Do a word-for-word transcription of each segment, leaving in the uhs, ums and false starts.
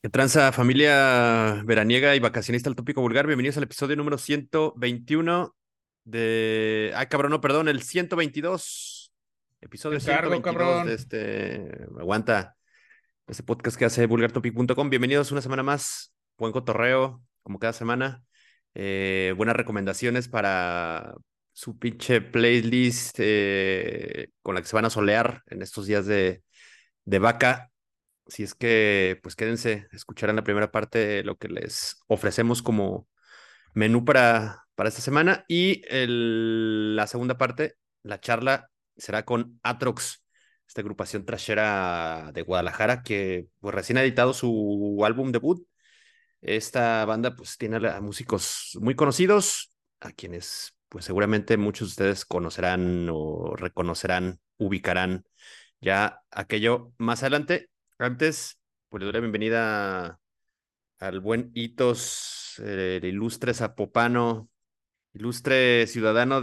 ¿Qué tranza, familia veraniega y vacacionista al tópico vulgar? Bienvenidos al episodio número ciento veintiuno de... Ay, cabrón, no, perdón, el ciento veintidós. Te Episodio ciento encargo, veintidós de cabrón. este... Aguanta, este podcast que hace vulgar topic punto com. Bienvenidos una semana más. Buen cotorreo, como cada semana. Eh, buenas recomendaciones para su pinche playlist eh, con la que se van a solear en estos días de, de vaca. Si es que, pues quédense, escucharán la primera parte de lo que les ofrecemos como menú para, para esta semana. Y el- la segunda parte, la charla, será con Atrox, esta agrupación trashera de Guadalajara que pues recién ha editado su álbum debut. Esta banda pues tiene a músicos muy conocidos, a quienes pues seguramente muchos de ustedes conocerán o reconocerán, ubicarán ya aquello más adelante. Antes, pues le doy la bienvenida al buen Itos, eh, el ilustre zapopano, ilustre ciudadano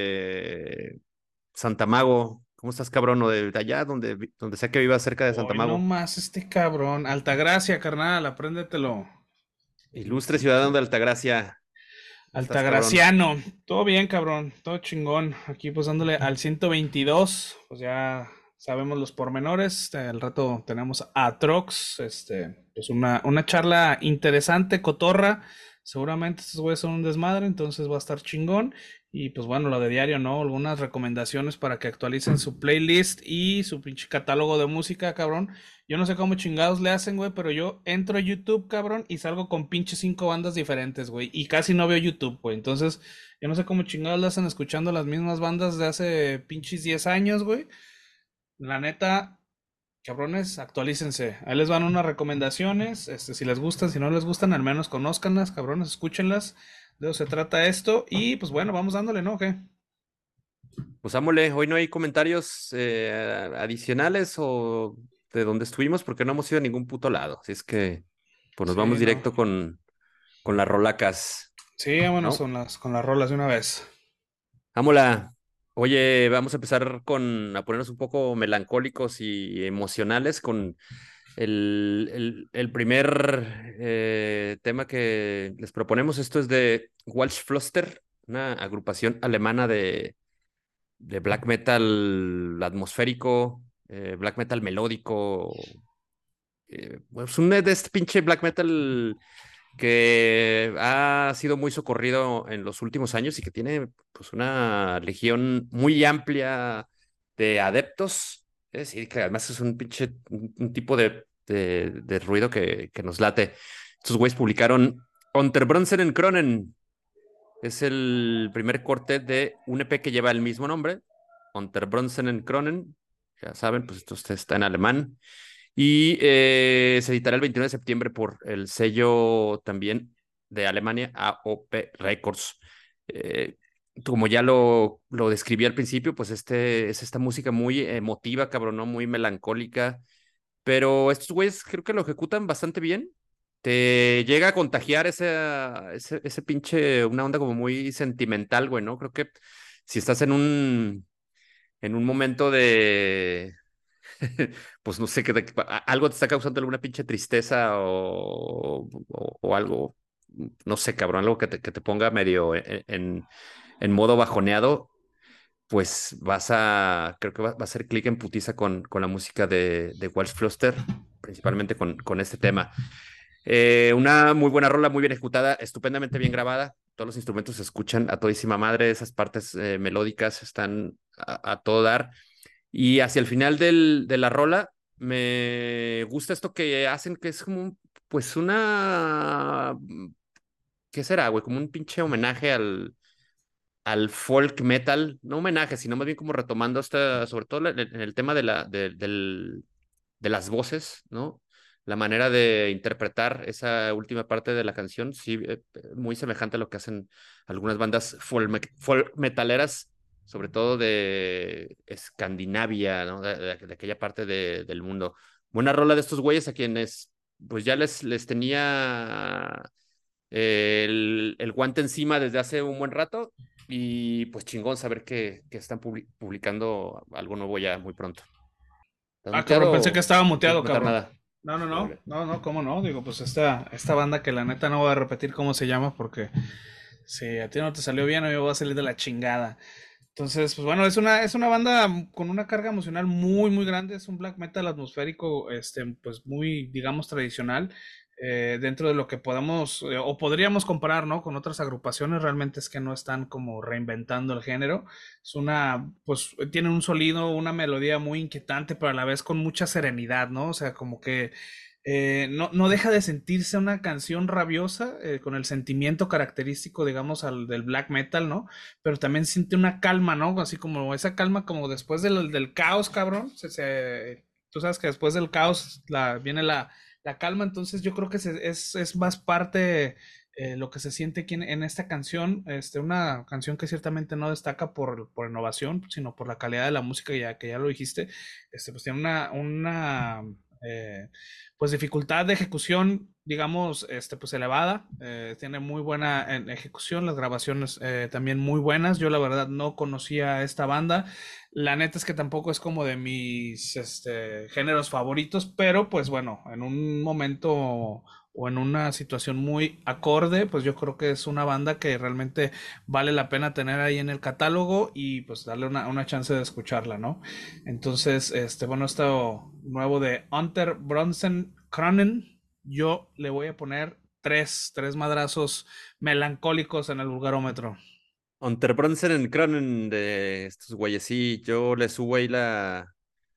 de Santa Mago. ¿Cómo estás, cabrón? O de, de allá, donde, donde sea que vivas cerca de Santa Hoy no Mago. más este cabrón. Altagracia, carnal, apréndetelo. Ilustre ciudadano de Altagracia. ¿Cómo estás, cabrón? Altagraciano. Todo bien, cabrón. Todo chingón. Aquí pues dándole al ciento veintidós. Pues ya sabemos los pormenores. Al rato tenemos a Trox. Este, pues una, una charla interesante, cotorra. Seguramente estos güeyes son un desmadre, entonces va a estar chingón. Y pues bueno, lo de diario, ¿no? Algunas recomendaciones para que actualicen su playlist y su pinche catálogo de música, cabrón. Yo no sé cómo chingados le hacen, güey, pero yo entro a YouTube, cabrón, y salgo con pinches cinco bandas diferentes, güey. Y casi no veo YouTube, güey. Entonces, yo no sé cómo chingados le hacen escuchando las mismas bandas de hace pinches diez años, güey. La neta, cabrones, actualícense. Ahí les van unas recomendaciones. Este, si les gustan, si no les gustan, al menos conózcanlas, cabrones, escúchenlas. De eso se trata esto. Y pues bueno, vamos dándole, ¿no? ¿O qué? Pues ámole, hoy no hay comentarios eh, adicionales o de donde estuvimos porque no hemos ido a ningún puto lado. Así es que, pues nos vamos Sí, no. directo con, con las rolacas, Sí, vámonos ¿no? con las, con las rolas de una vez. Ámola. Oye, vamos a empezar con a ponernos un poco melancólicos y emocionales con el, el, el primer eh, tema que les proponemos. Esto es de Walchfloster, una agrupación alemana de de black metal atmosférico, eh, black metal melódico. Eh, pues un de este pinche black metal que ha sido muy socorrido en los últimos años y que tiene pues una legión muy amplia de adeptos. Es decir, que además es un pinche un, un tipo de, de, de ruido que, que nos late. Estos güeyes publicaron Unterbronzen en Kronen. Es el primer corte de un E P que lleva el mismo nombre, Unterbronzen en Kronen. Ya saben, pues esto está en alemán. Y eh, se editará el veintiuno de septiembre por el sello también de Alemania, A O P Records. Eh, Como ya lo, lo describí al principio, pues este es esta música muy emotiva, cabrón, ¿no? Muy melancólica, pero estos güeyes creo que lo ejecutan bastante bien. Te llega a contagiar ese, ese, ese pinche, una onda como muy sentimental, güey, ¿no? Creo que si estás en un, en un momento de, pues no sé, que te- a- algo te está causando alguna pinche tristeza o, o, o algo, no sé, cabrón, algo que te, que te ponga medio en, en, en modo bajoneado, pues vas a, creo que va, va a hacer clic en putiza con, con la música de, de Walsh Fluster, principalmente con, con este tema. Eh, una muy buena rola, muy bien ejecutada, estupendamente bien grabada. Todos los instrumentos se escuchan a todísima madre, esas partes eh, melódicas están a, a todo dar. Y hacia el final del, de la rola, me gusta esto que hacen, que es como, un- pues una, ¿qué será, güey? Como un pinche homenaje al, al folk metal, no homenaje, sino más bien como retomando esta, sobre todo en el, en el tema de la, de, del, de las voces, ¿no? La manera de interpretar esa última parte de la canción, sí, eh, muy semejante a lo que hacen algunas bandas folk, me- folk metaleras, sobre todo de Escandinavia, ¿no? De, de- de aquella parte de- del mundo. Buena rola de estos güeyes a quienes, pues ya les, les tenía el, el guante encima desde hace un buen rato y pues chingón saber que, que están publi- publicando algo nuevo ya muy pronto. ¿Estás Ah, cabrón, muteado pensé que o estaba no quieres muteado, comentar cabrón. nada? No, no, no, Órale. no, no, cómo no, digo, pues esta, esta banda que la neta no voy a repetir cómo se llama porque si a ti no te salió bien, a mí me voy a salir de la chingada. Entonces, pues bueno, es una, es una banda con una carga emocional muy, muy grande, es un black metal atmosférico, este, pues muy, digamos, tradicional, eh, dentro de lo que podamos, eh, o podríamos comparar, ¿no? Con otras agrupaciones, realmente es que no están como reinventando el género, es una, pues tiene un sonido, una melodía muy inquietante, pero a la vez con mucha serenidad, ¿no? O sea, como que eh, no, no deja de sentirse una canción rabiosa, eh, con el sentimiento característico, digamos, al, del black metal, ¿no? Pero también siente una calma, ¿no? Así como esa calma como después del, del caos, cabrón. Se, se- tú sabes que después del caos la, viene la, la calma, entonces yo creo que se- es, es más parte, eh, lo que se siente aquí en, en esta canción, este, una canción que ciertamente no destaca por, por innovación, sino por la calidad de la música, ya que ya lo dijiste, este, pues tiene una, una eh, pues dificultad de ejecución, digamos, este, pues elevada, eh, tiene muy buena en ejecución, las grabaciones eh, también muy buenas. Yo la verdad no conocía esta banda, la neta es que tampoco es como de mis este, géneros favoritos, pero pues bueno, en un momento o en una situación muy acorde, pues yo creo que es una banda que realmente vale la pena tener ahí en el catálogo y pues darle una, una chance de escucharla, ¿no? Entonces, este, bueno, esto nuevo de Hunter Bronson Cronen, yo le voy a poner tres, tres madrazos melancólicos en el vulgarómetro. Unterbronzen en Cronen de estos güeyes, sí, yo le subo ahí la,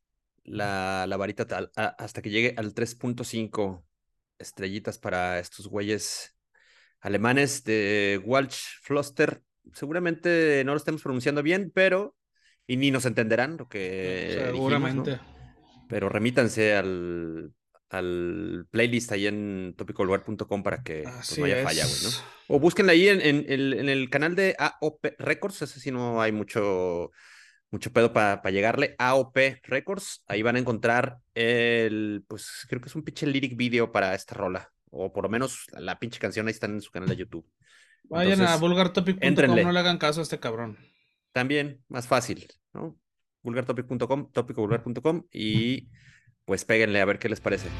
la, la varita tal- a- hasta que llegue al tres punto cinco estrellitas para estos güeyes alemanes de Walch Floster. Seguramente no lo estemos pronunciando bien, pero, y ni nos entenderán lo que dijimos, ¿no? Seguramente. Pero remítanse al, al playlist ahí en topicallugar punto com para que pues no Así haya falla, güey, ¿no? es. O búsquenla ahí en, en, el, en el canal de A O P Records, ese sí no hay mucho, mucho pedo para llegarle. A O P Records, ahí van a encontrar el, pues creo que es un pinche lyric video para esta rola, o por lo menos la pinche canción ahí está en su canal de YouTube. Vayan a Entonces, vulgartopic punto com, no éntrenle, le hagan caso a este cabrón. también más fácil, ¿no? vulgartopic punto com, topicovulgar punto com y pues péguenle a ver qué les parece.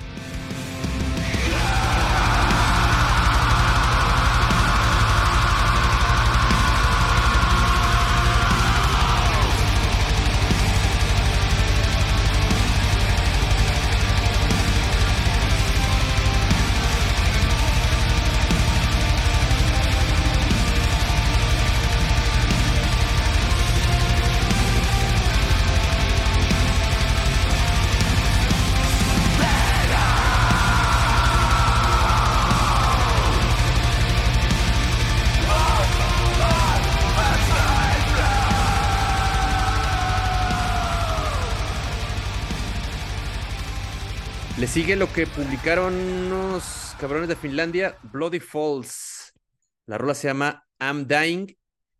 Le sigue lo que publicaron unos cabrones de Finlandia, Bloody Falls. La rola se llama I'm Dying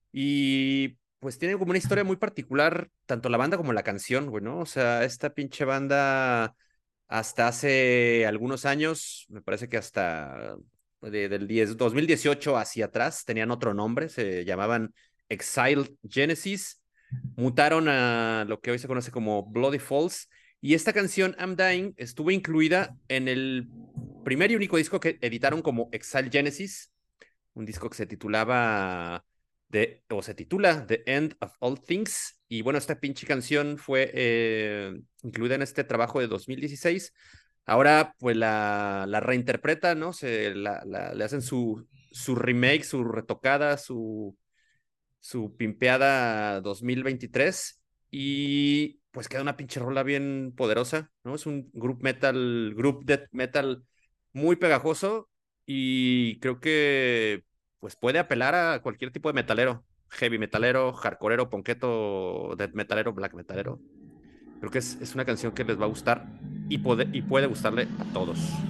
y pues tiene como una historia muy particular, tanto la banda como la canción, güey, ¿no? O sea, esta pinche banda hasta hace algunos años, me parece que hasta de- del diez dos mil dieciocho hacia atrás, tenían otro nombre, se llamaban Exiled Genesis, mutaron a lo que hoy se conoce como Bloody Falls, y esta canción, I'm Dying, estuvo incluida en el primer y único disco que editaron como Exile Genesis, un disco que se titulaba de, o se titula The End of All Things. Y bueno, esta pinche canción fue eh, incluida en este trabajo de dos mil dieciséis. Ahora, pues la, la reinterpreta, ¿no? Se la, la, le hacen su, su remake, su retocada, su, su pimpeada dos mil veintitrés. Y pues queda una pinche rola bien poderosa, ¿no? Es un group metal, group death metal muy pegajoso y creo que pues puede apelar a cualquier tipo de metalero, heavy metalero, hardcoreero, ponqueto, death metalero, black metalero. Creo que es, es una canción que les va a gustar y puede, y puede gustarle a todos.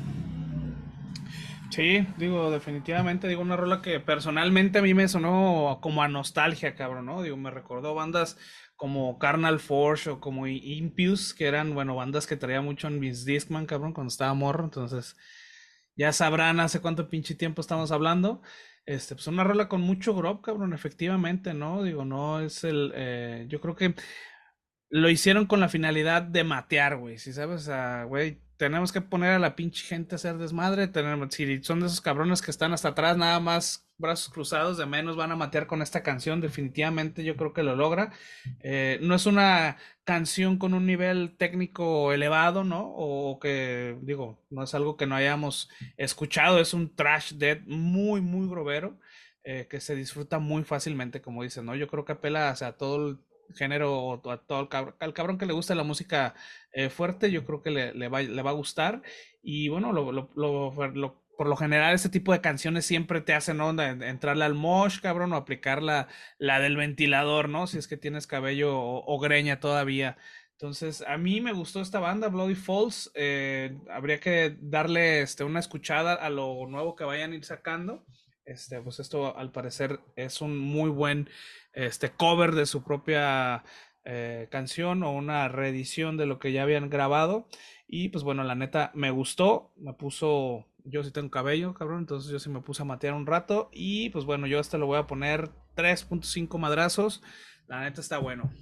Sí, digo, definitivamente, digo, una rola que personalmente a mí me sonó como a nostalgia, cabrón, ¿no? Digo, me recordó bandas como Carnal Forge o como I- Impious, que eran, bueno, bandas que traía mucho en mis Discman, cabrón, cuando estaba morro, entonces ya sabrán hace cuánto pinche tiempo estamos hablando. Este, pues una rola con mucho grove, cabrón, efectivamente, ¿no? Digo, no es el, eh, yo creo que lo hicieron con la finalidad de matear, güey. Si sabes, ah, güey, tenemos que poner a la pinche gente a hacer desmadre. Tenemos, si son de esos cabrones que están hasta atrás, nada más brazos cruzados, de menos van a matear con esta canción. Definitivamente yo creo que lo logra. Eh, no es una canción con un nivel técnico elevado, ¿no? O que, digo, no es algo que no hayamos escuchado. Es un trash death muy, muy grovero. Eh, que se disfruta muy fácilmente, como dices, ¿no? Yo creo que apela, o sea, a todo el género o a todo el cabrón, al cabrón que le gusta la música eh, fuerte, yo creo que le, le, va, le va a gustar. Y bueno, lo, lo, lo, lo, por lo general, este tipo de canciones siempre te hacen onda, entrarle al mosh, cabrón, o aplicar la, la del ventilador, ¿no? Si es que tienes cabello o, o greña todavía. Entonces, a mí me gustó esta banda, Bloody Falls. Eh, habría que darle este, una escuchada a lo nuevo que vayan a ir sacando. Este, pues esto al parecer es un muy buen este, cover de su propia eh, canción o una reedición de lo que ya habían grabado. Y pues bueno, la neta me gustó, me puso, yo sí tengo cabello, cabrón, entonces yo sí me puse a matear un rato. Y pues bueno, yo hasta lo voy a poner tres punto cinco madrazos. La neta está bueno.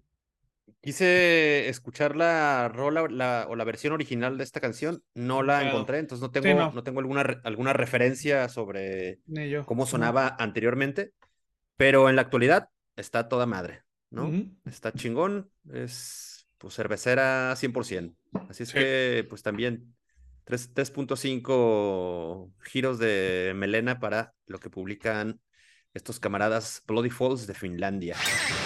Quise escuchar la rola la, o la versión original de esta canción, no Ni la pedo. encontré, entonces no Sí, tengo, no, no tengo alguna, re- alguna referencia sobre ni yo. cómo No. sonaba anteriormente, pero en la actualidad está toda madre, ¿no? Ujú. Está chingón, es pues cervecera cien por ciento. Así es Sí. que pues también tres tres punto cinco giros de melena para lo que publican estos camaradas Bloody Falls de Finlandia.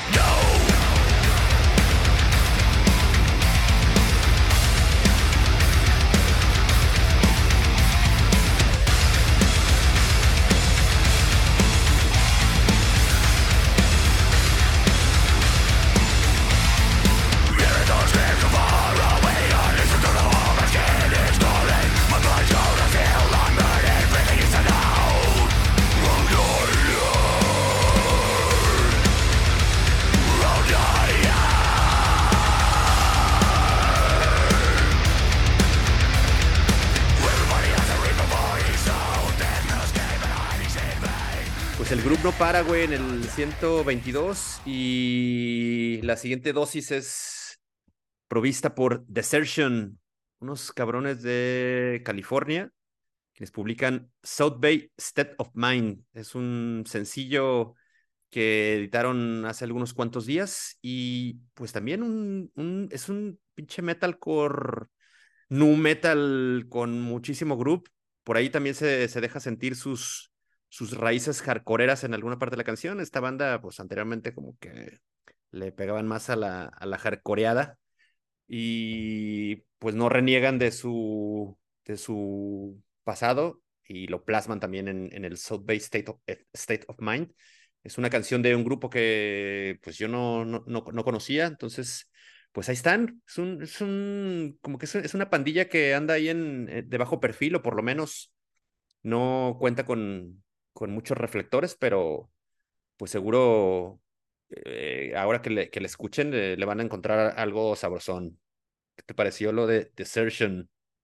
Pues el grupo no para, güey, en el ciento veintidós y la siguiente dosis es provista por Desertion, unos cabrones de California, quienes publican South Bay State of Mind. Es un sencillo que editaron hace algunos cuantos días y pues también un, un- es un pinche metalcore, nu metal con muchísimo groove. Por ahí también se, se deja sentir sus, sus raíces hardcoreeras en alguna parte de la canción. Esta banda, pues anteriormente como que le pegaban más a la, a la hardcoreada y pues no reniegan de su, de su pasado y lo plasman también en, en el South Bay State of, eh, State of Mind. Es una canción de un grupo que pues yo no, no, no, no conocía, entonces pues ahí están. Es un, es un como que es, es una pandilla que anda ahí en, eh, de bajo perfil o por lo menos no cuenta con, con muchos reflectores, pero pues seguro eh, ahora que le, que le escuchen le, le van a encontrar algo sabrosón. ¿Qué te pareció lo de Desertion?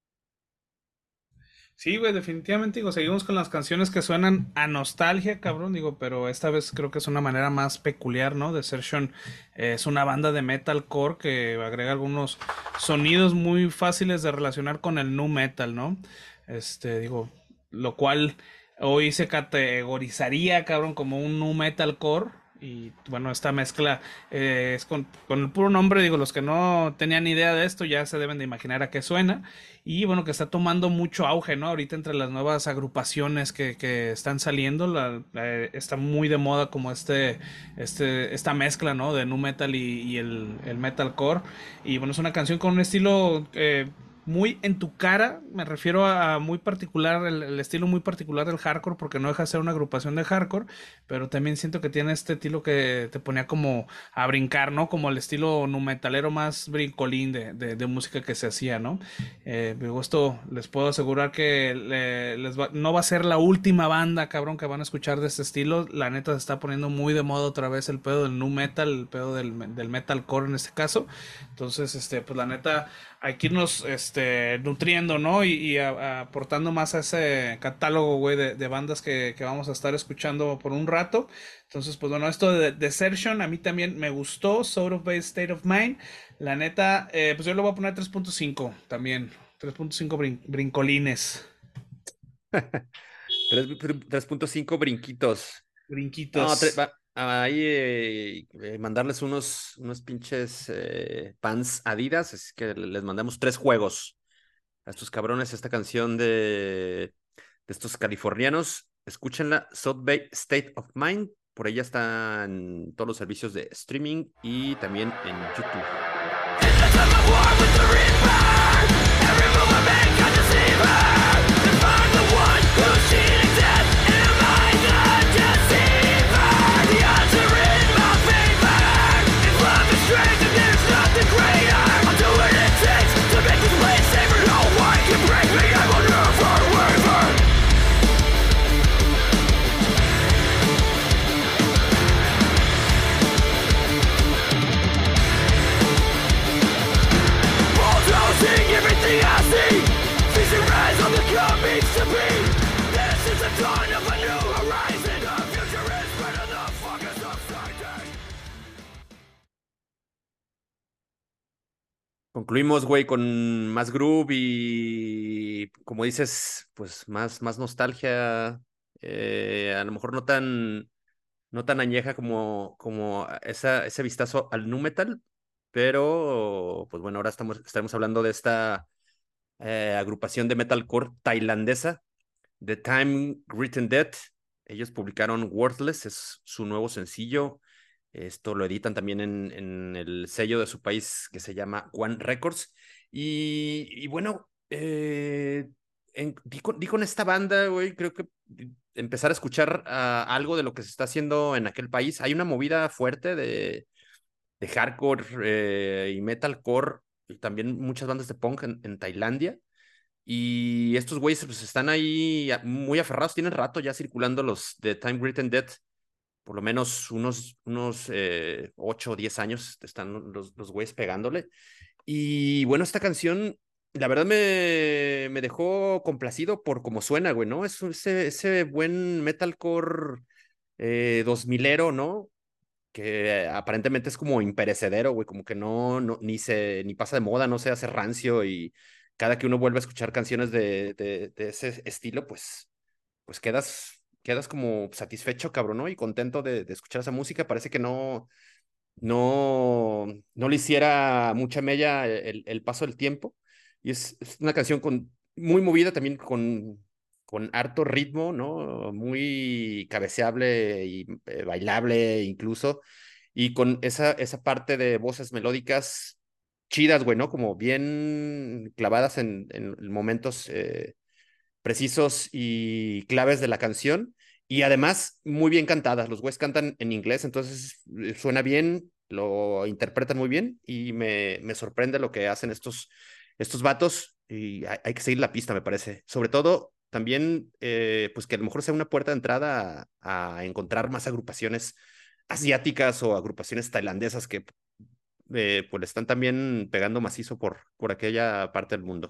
Sí, güey, definitivamente, digo, seguimos con las canciones que suenan a nostalgia, cabrón, digo, pero esta vez creo que es una manera más peculiar, ¿no? Desertion eh, es una banda de metalcore que agrega algunos sonidos muy fáciles de relacionar con el nu metal, ¿no? Este, digo, lo cual hoy se categorizaría, cabrón, como un nu metalcore. Y bueno, esta mezcla eh, es con, con el puro nombre, digo, los que no tenían idea de esto ya se deben de imaginar a qué suena. Y bueno, que está tomando mucho auge, ¿no? Ahorita entre las nuevas agrupaciones que, que están saliendo, la, la- está muy de moda como este, este, esta mezcla, ¿no? De nu metal y, y el, el metalcore. Y bueno, es una canción con un estilo eh, muy en tu cara, me refiero a muy particular, el, el estilo muy particular del hardcore, porque no deja de ser una agrupación de hardcore, pero también siento que tiene este estilo que te ponía como a brincar, ¿no? Como el estilo nu metalero más brincolín de, de, de música que se hacía, ¿no? Eh, me gusto, les puedo asegurar que le- les va- no va a ser la última banda, cabrón, que van a escuchar de este estilo. La neta se está poniendo muy de moda otra vez el pedo del nu metal, el pedo del, del metalcore en este caso. Entonces, este, pues la neta, hay que irnos, este, este, nutriendo, ¿no? Y, y a- a- aportando más a ese catálogo, güey, de, de bandas que, que vamos a estar escuchando por un rato. Entonces, pues bueno, esto de Desertion a mí también me gustó, Sort of Base State of Mind. La neta, eh, pues yo le voy a poner tres punto cinco también, tres punto cinco brin- brincolines, Tres- tres punto cinco brinquitos. No, tre- brinquitos. va- ahí eh, eh, mandarles unos, unos pinches eh, pants Adidas, es que les mandamos tres juegos a estos cabrones esta canción de, de estos californianos. Escúchenla, South Bay State of Mind. Por ella están todos los servicios de streaming y también en YouTube. Concluimos, güey, con más groove y, como dices, pues más, más nostalgia. Eh, a lo mejor no tan, no tan añeja como, como esa, ese vistazo al nu metal, pero, pues bueno, ahora estamos, estaremos hablando de esta eh, agrupación de metalcore tailandesa, The Time Written Dead. Ellos publicaron Worthless, es su nuevo sencillo. Esto lo editan también en, en el sello de su país que se llama One Records. Y, y bueno, eh, en- di, con, di con esta banda, güey, creo que empezar a escuchar ah, algo de lo que se está haciendo en aquel país. Hay una movida fuerte de, de hardcore eh, y metalcore y también muchas bandas de punk en, en Tailandia. Y estos güeyes pues están ahí a- muy aferrados, tienen rato ya circulando los de Time Written Dead, por lo menos unos, unos eh, ocho o diez años están los, los güeyes pegándole. Y bueno, esta canción, la verdad me, me dejó complacido por cómo suena, güey, ¿no? Es ese, ese buen metalcore eh, dos milero, ¿no? Que aparentemente es como imperecedero, güey, como que no, no, ni se, ni pasa de moda, no se hace rancio y cada que uno vuelve a escuchar canciones de, de, de ese estilo, pues, pues quedas, quedas como satisfecho, cabrón, ¿no? Y contento de, de escuchar esa música. Parece que no, no, no le hiciera mucha mella el, el paso del tiempo. Y es, es una canción con, muy movida también con, con harto ritmo, ¿no? Muy cabeceable y eh, bailable incluso. Y con esa, esa parte de voces melódicas chidas, güey, ¿no? Como bien clavadas en, en momentos eh, precisos y claves de la canción. Y además, muy bien cantadas. Los güeyes cantan en inglés, entonces eh, suena bien, lo interpretan muy bien y me, me sorprende lo que hacen estos, estos vatos. Y hay, hay que seguir la pista, me parece. Sobre todo, también, eh, pues que a lo mejor sea una puerta de entrada a, a encontrar más agrupaciones asiáticas o agrupaciones tailandesas que eh, pues le están también pegando macizo por, por aquella parte del mundo.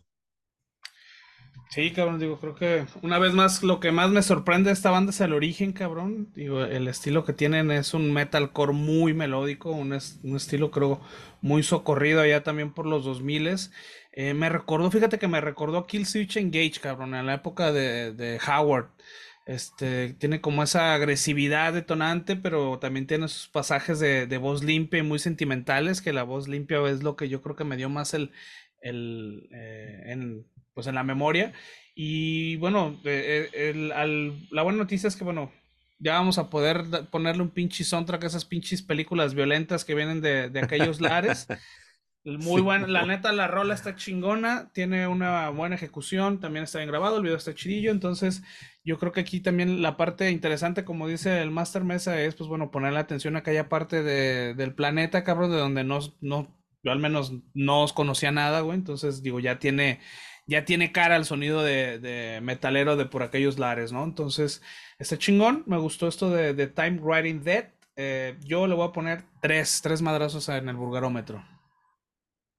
Sí, cabrón, digo, creo que una vez más lo que más me sorprende de esta banda es el origen, cabrón. Digo, el estilo que tienen es un metalcore muy melódico, un, es- un estilo creo muy socorrido allá también por los dos mil. Eh, me recordó, fíjate que me recordó a Killswitch Engage, cabrón, en la época de, de Howard. Este, tiene como esa agresividad detonante, pero también tiene sus pasajes de, de voz limpia y muy sentimentales, que la voz limpia es lo que yo creo que me dio más el, el, eh, en, pues en la memoria. Y bueno, eh, eh, el- al- la buena noticia es que, bueno, ya vamos a poder da- ponerle un pinche soundtrack a esas pinches películas violentas que vienen de, de aquellos lares. Muy Sí, buena, la neta, la rola está chingona, tiene una buena ejecución, también está bien grabado, el video está chidillo, entonces yo creo que aquí también la parte interesante, como dice el Master Mesa, es pues bueno, poner la atención a aquella parte de, del planeta, cabrón, de donde no, no, yo al menos no os conocía nada, güey, entonces digo, ya tiene, ya tiene cara el sonido de, de metalero de por aquellos lares, ¿no? Entonces, está chingón, me gustó esto de, de Time Riding Dead, eh, yo le voy a poner tres, tres madrazos en el burgarómetro.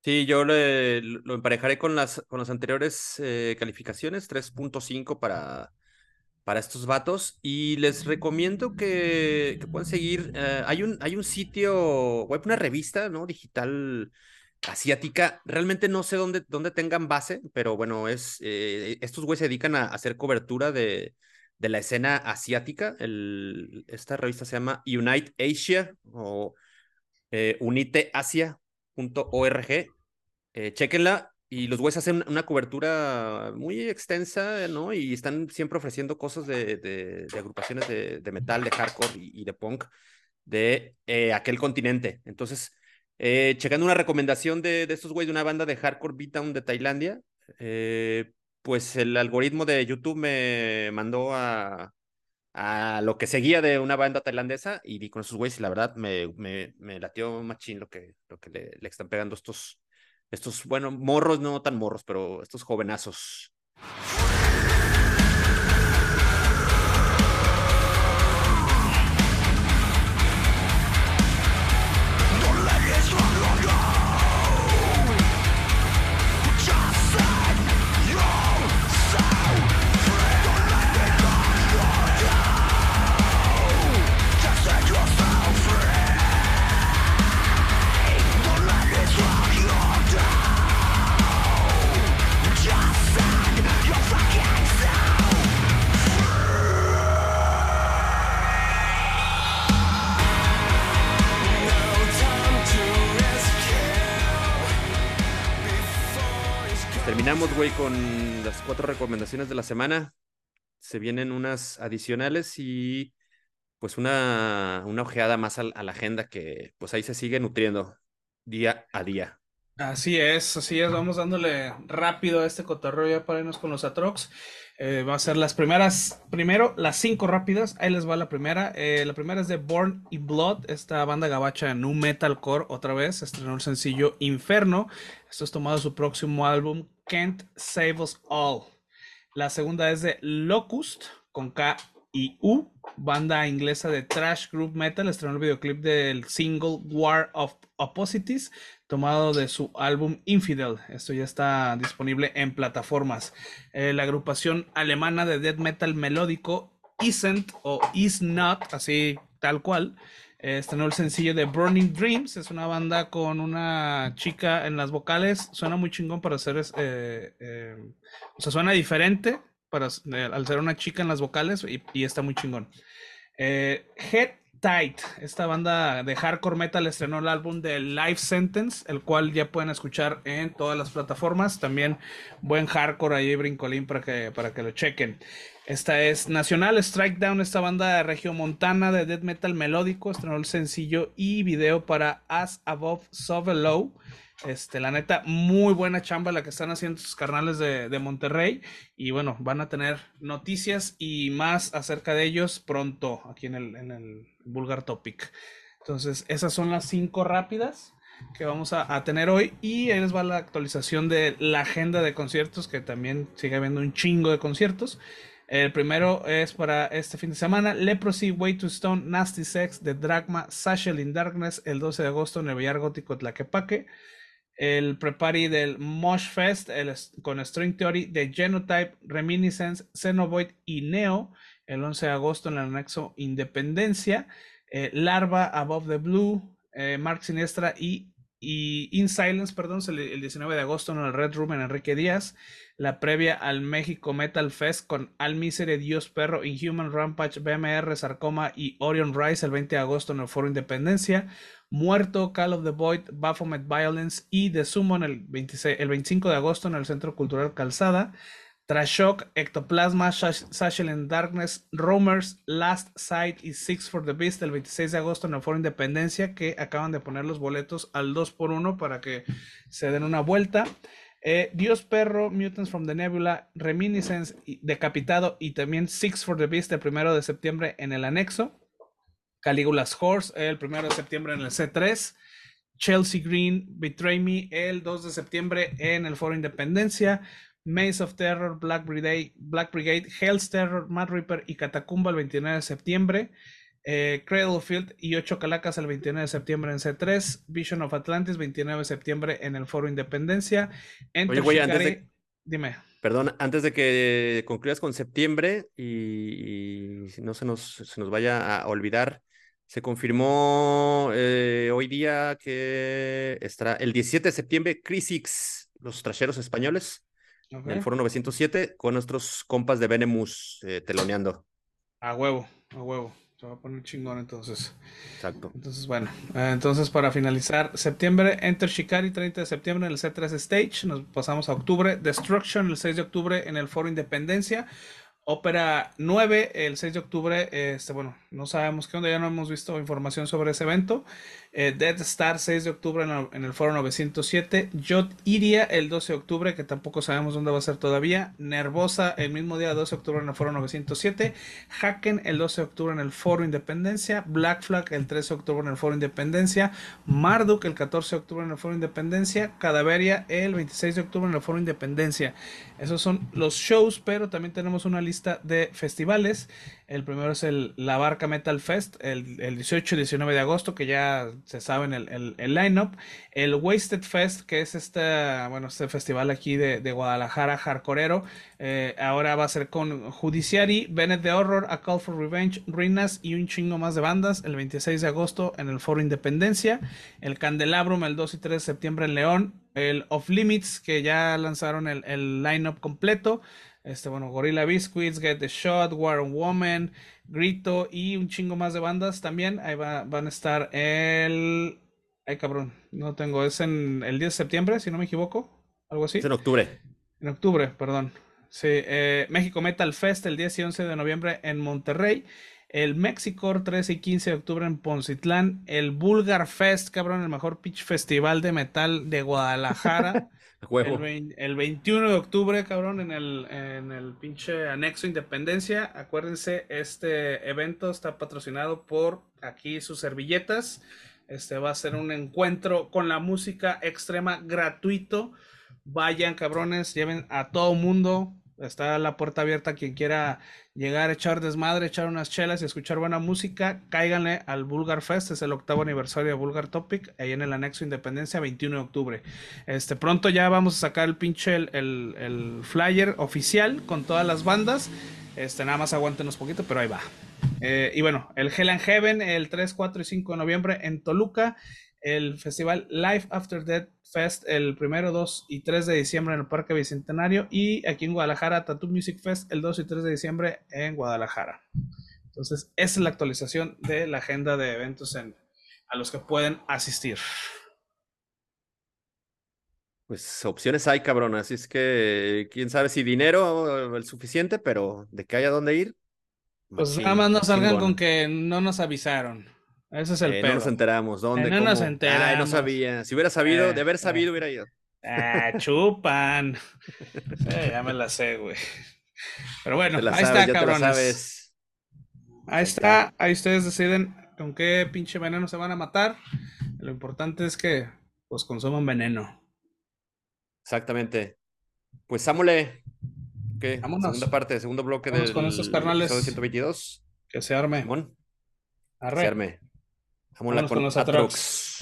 Sí, yo le- lo emparejaré con las, con las anteriores eh, calificaciones, tres punto cinco para, para estos vatos. Y les recomiendo que, que puedan seguir. Eh, hay un, hay un sitio web, una revista, ¿no? Digital asiática. Realmente no sé dónde, dónde tengan base, pero bueno, es, eh, estos güeyes se dedican a, a hacer cobertura de, de la escena asiática. El, esta revista se llama Unite Asia o eh, uniteasia punto org. Eh, chéquenla y los güeyes hacen una cobertura muy extensa, ¿no? Y están siempre ofreciendo cosas de, de, de agrupaciones de, de, metal, de hardcore y, y de punk de eh, aquel continente. Entonces, eh, checando una recomendación de, de estos güeyes de una banda de hardcore beatdown de Tailandia, eh, pues el algoritmo de YouTube me mandó a, a lo que seguía de una banda tailandesa y vi con esos güeyes y la verdad me, me, me latió machín lo que, lo que le, le están pegando estos, estos, bueno, morros, no tan morros, pero estos jovenazos. Terminamos, güey, con las cuatro recomendaciones de la semana. Se vienen unas adicionales y pues una, una ojeada más a, a la agenda que pues ahí se sigue nutriendo día a día. Así es, así es, vamos dándole rápido a este cotorreo ya para irnos con los Atrox. Eh, va a ser las primeras, primero las cinco rápidas, ahí les va la primera. Eh, la primera es de Born in Blood, esta banda gabacha nu metalcore, otra vez, estrenó el sencillo Inferno. Esto es tomado de su próximo álbum, Can't Save Us All. La segunda es de Locust, con K y U, banda inglesa de thrash group metal, estrenó el videoclip del single War of Opposites, tomado de su álbum Infidel. Esto ya está disponible en plataformas. Eh, la agrupación alemana de death metal melódico Isn't o Is Not, así tal cual, eh, estrenó el sencillo de Burning Dreams. Es una banda con una chica en las vocales. Suena muy chingón para hacer... Eh, eh, o sea, suena diferente para, eh, al ser una chica en las vocales y, y está muy chingón. Eh, Head Tight, esta banda de hardcore metal estrenó el álbum de Life Sentence, el cual ya pueden escuchar en todas las plataformas. También buen hardcore ahí, brincolín para que, para que lo chequen. Esta es Nacional Strike Down, esta banda de regiomontana de death metal melódico, estrenó el sencillo y video para As Above, So Below. Este, la neta, muy buena chamba la que están haciendo sus carnales de, de Monterrey. Y bueno, van a tener noticias y más acerca de ellos pronto aquí en el, en el Vulgar Topic. Entonces, esas son las cinco rápidas que vamos a, a tener hoy. Y ahí les va la actualización de la agenda de conciertos, que también sigue habiendo un chingo de conciertos. El primero es para este fin de semana: Leprosy, Way to Stone, Nasty Sex, The Dragma, Sashel in Darkness, el doce de agosto en el Villar Gótico Tlaquepaque. El pre-party del Mosh Fest el, con String Theory de Genotype, Reminiscence, Xenovoid y Neo el once de agosto en el anexo Independencia. Eh, Larva, Above the Blue, eh, Mark Siniestra y, y In Silence, perdón, el, el diecinueve de agosto en el Red Room en Enrique Díaz. La previa al México Metal Fest con Al Misery, Dios Perro, Inhuman Rampage, B M R, Sarcoma y Orion Rise el veinte de agosto en el Foro Independencia. Muerto, Call of the Void, Baphomet Violence y The Summon el, veintiséis, el veinticinco de agosto en el Centro Cultural Calzada. Trashock, Ectoplasma, Sashel in Darkness, Roamers, Last Sight y Six for the Beast el veintiséis de agosto en el Foro Independencia, que acaban de poner los boletos al dos por uno para que se den una vuelta. Eh, Dios Perro, Mutants from the Nebula, Reminiscence, Decapitado y también Six for the Beast el primero de septiembre en el anexo. Caligula's Horse el primero de septiembre en el C tres. Chelsea Green, Betray Me el dos de septiembre en el Foro Independencia. Maze of Terror, Black Brigade, Black Brigade, Hell's Terror, Mad Reaper y Catacumba el veintinueve de septiembre. eh, Cradlefield y ocho Calacas el veintinueve de septiembre en C tres, Vision of Atlantis veintinueve de septiembre en el Foro Independencia, Oye, Enter güey, antes de, Shikari, dime. perdón, antes de que concluyas con septiembre y, y si no se nos, se nos vaya a olvidar, se confirmó eh, hoy día que estará el diecisiete de septiembre Crisix, los tracheros españoles, en el Okay. Foro novecientos siete, con nuestros compas de Venemus eh, teloneando. A huevo, a huevo. Se va a poner chingón entonces. Exacto. Entonces, bueno, eh, entonces para finalizar, septiembre, Enter Shikari, treinta de septiembre en el C tres Stage. Nos pasamos a octubre, Destruction, el seis de octubre en el Foro Independencia. Ópera nueve, el seis de octubre, este, bueno, no sabemos qué onda, ya no hemos visto información sobre ese evento. Eh, Dead Star, seis de octubre en el, en el Foro novecientos siete. Jot Iria, el doce de octubre, que tampoco sabemos dónde va a ser todavía. Nervosa, el mismo día, doce de octubre en el Foro novecientos siete. Haken, el doce de octubre en el Foro Independencia. Black Flag, el trece de octubre en el Foro Independencia. Marduk, el catorce de octubre en el Foro Independencia. Cadaveria, el veintiséis de octubre en el Foro Independencia. Esos son los shows, pero también tenemos una lista de festivales. El primero es el La Barca Metal Fest, el, el dieciocho y diecinueve de agosto, que ya se saben el, el, el line-up. El Wasted Fest, que es este, bueno, este festival aquí de, de Guadalajara, hardcoreero. Eh, ahora va a ser con Judiciary, Bennett the Horror, A Call for Revenge, Ruinas y un chingo más de bandas. El veintiséis de agosto en el Foro Independencia. El Candelabrum el dos y tres de septiembre en León. El Off Limits, que ya lanzaron el, el line-up completo. Este, bueno, Gorilla Biscuits, Get the Shot, War on Woman, Grito y un chingo más de bandas también. Ahí va, van a estar el... Ay, cabrón, no tengo. Es en el diez de septiembre, si no me equivoco. Algo Es así. en octubre. En octubre, perdón. Sí, eh, México Metal Fest el diez y once de noviembre en Monterrey. El Mexicor trece y quince de octubre en Poncitlán. El Bulgar Fest, cabrón, el mejor pitch festival de metal de Guadalajara. El, Juego. veinte el veintiuno de octubre, cabrón, en el, en el pinche anexo Independencia. Acuérdense, este evento está patrocinado por aquí sus servilletas. Este va a ser un encuentro con la música extrema gratuito. Vayan, cabrones, lleven a todo mundo. Está la puerta abierta a quien quiera llegar, echar desmadre, echar unas chelas y escuchar buena música. Cáiganle al Bulgar Fest, es el octavo aniversario de Bulgar Topic, ahí en el anexo Independencia, veintiuno de octubre. Este, pronto ya vamos a sacar el pinche, el, el, el flyer oficial con todas las bandas. Este, nada más aguántenos poquito, pero ahí va. Eh, y bueno, el Hell and Heaven, el tres, cuatro y cinco de noviembre en Toluca. El festival Life After Death Fest el primero, dos y tres de diciembre en el Parque Bicentenario. Y aquí en Guadalajara, Tattoo Music Fest el dos y tres de diciembre en Guadalajara. Entonces, esa es la actualización de la agenda de eventos en, a los que pueden asistir. Pues opciones hay, cabrón. Así es que quién sabe si dinero el suficiente, pero de que haya dónde ir, Pues nada más machín, no salgan con chingón. que no nos avisaron. Ese es el Eh, no nos pedo. enteramos. Eh, ¿Dónde? no nos ¿Cómo? Ay, no enteramos. sabía. Si hubiera sabido, de Eh, haber eh. sabido, hubiera ido. Ah, chupan. Sí, ya me la sé, güey. Pero bueno, Te la ahí sabes, está, ya te la cabrones. sabes. Ahí Ahí está. está, ahí ustedes deciden con qué pinche veneno se van a matar. Lo importante es que pues consuman veneno. Exactamente. Pues Sámole, ¿qué? Segunda Vámonos, parte, segundo bloque vámonos con estos del episodio carnales ciento veintidós. que se arme. Simón, que se Arre, arme. Vámonos vámonos con con los Atrox. Atrox.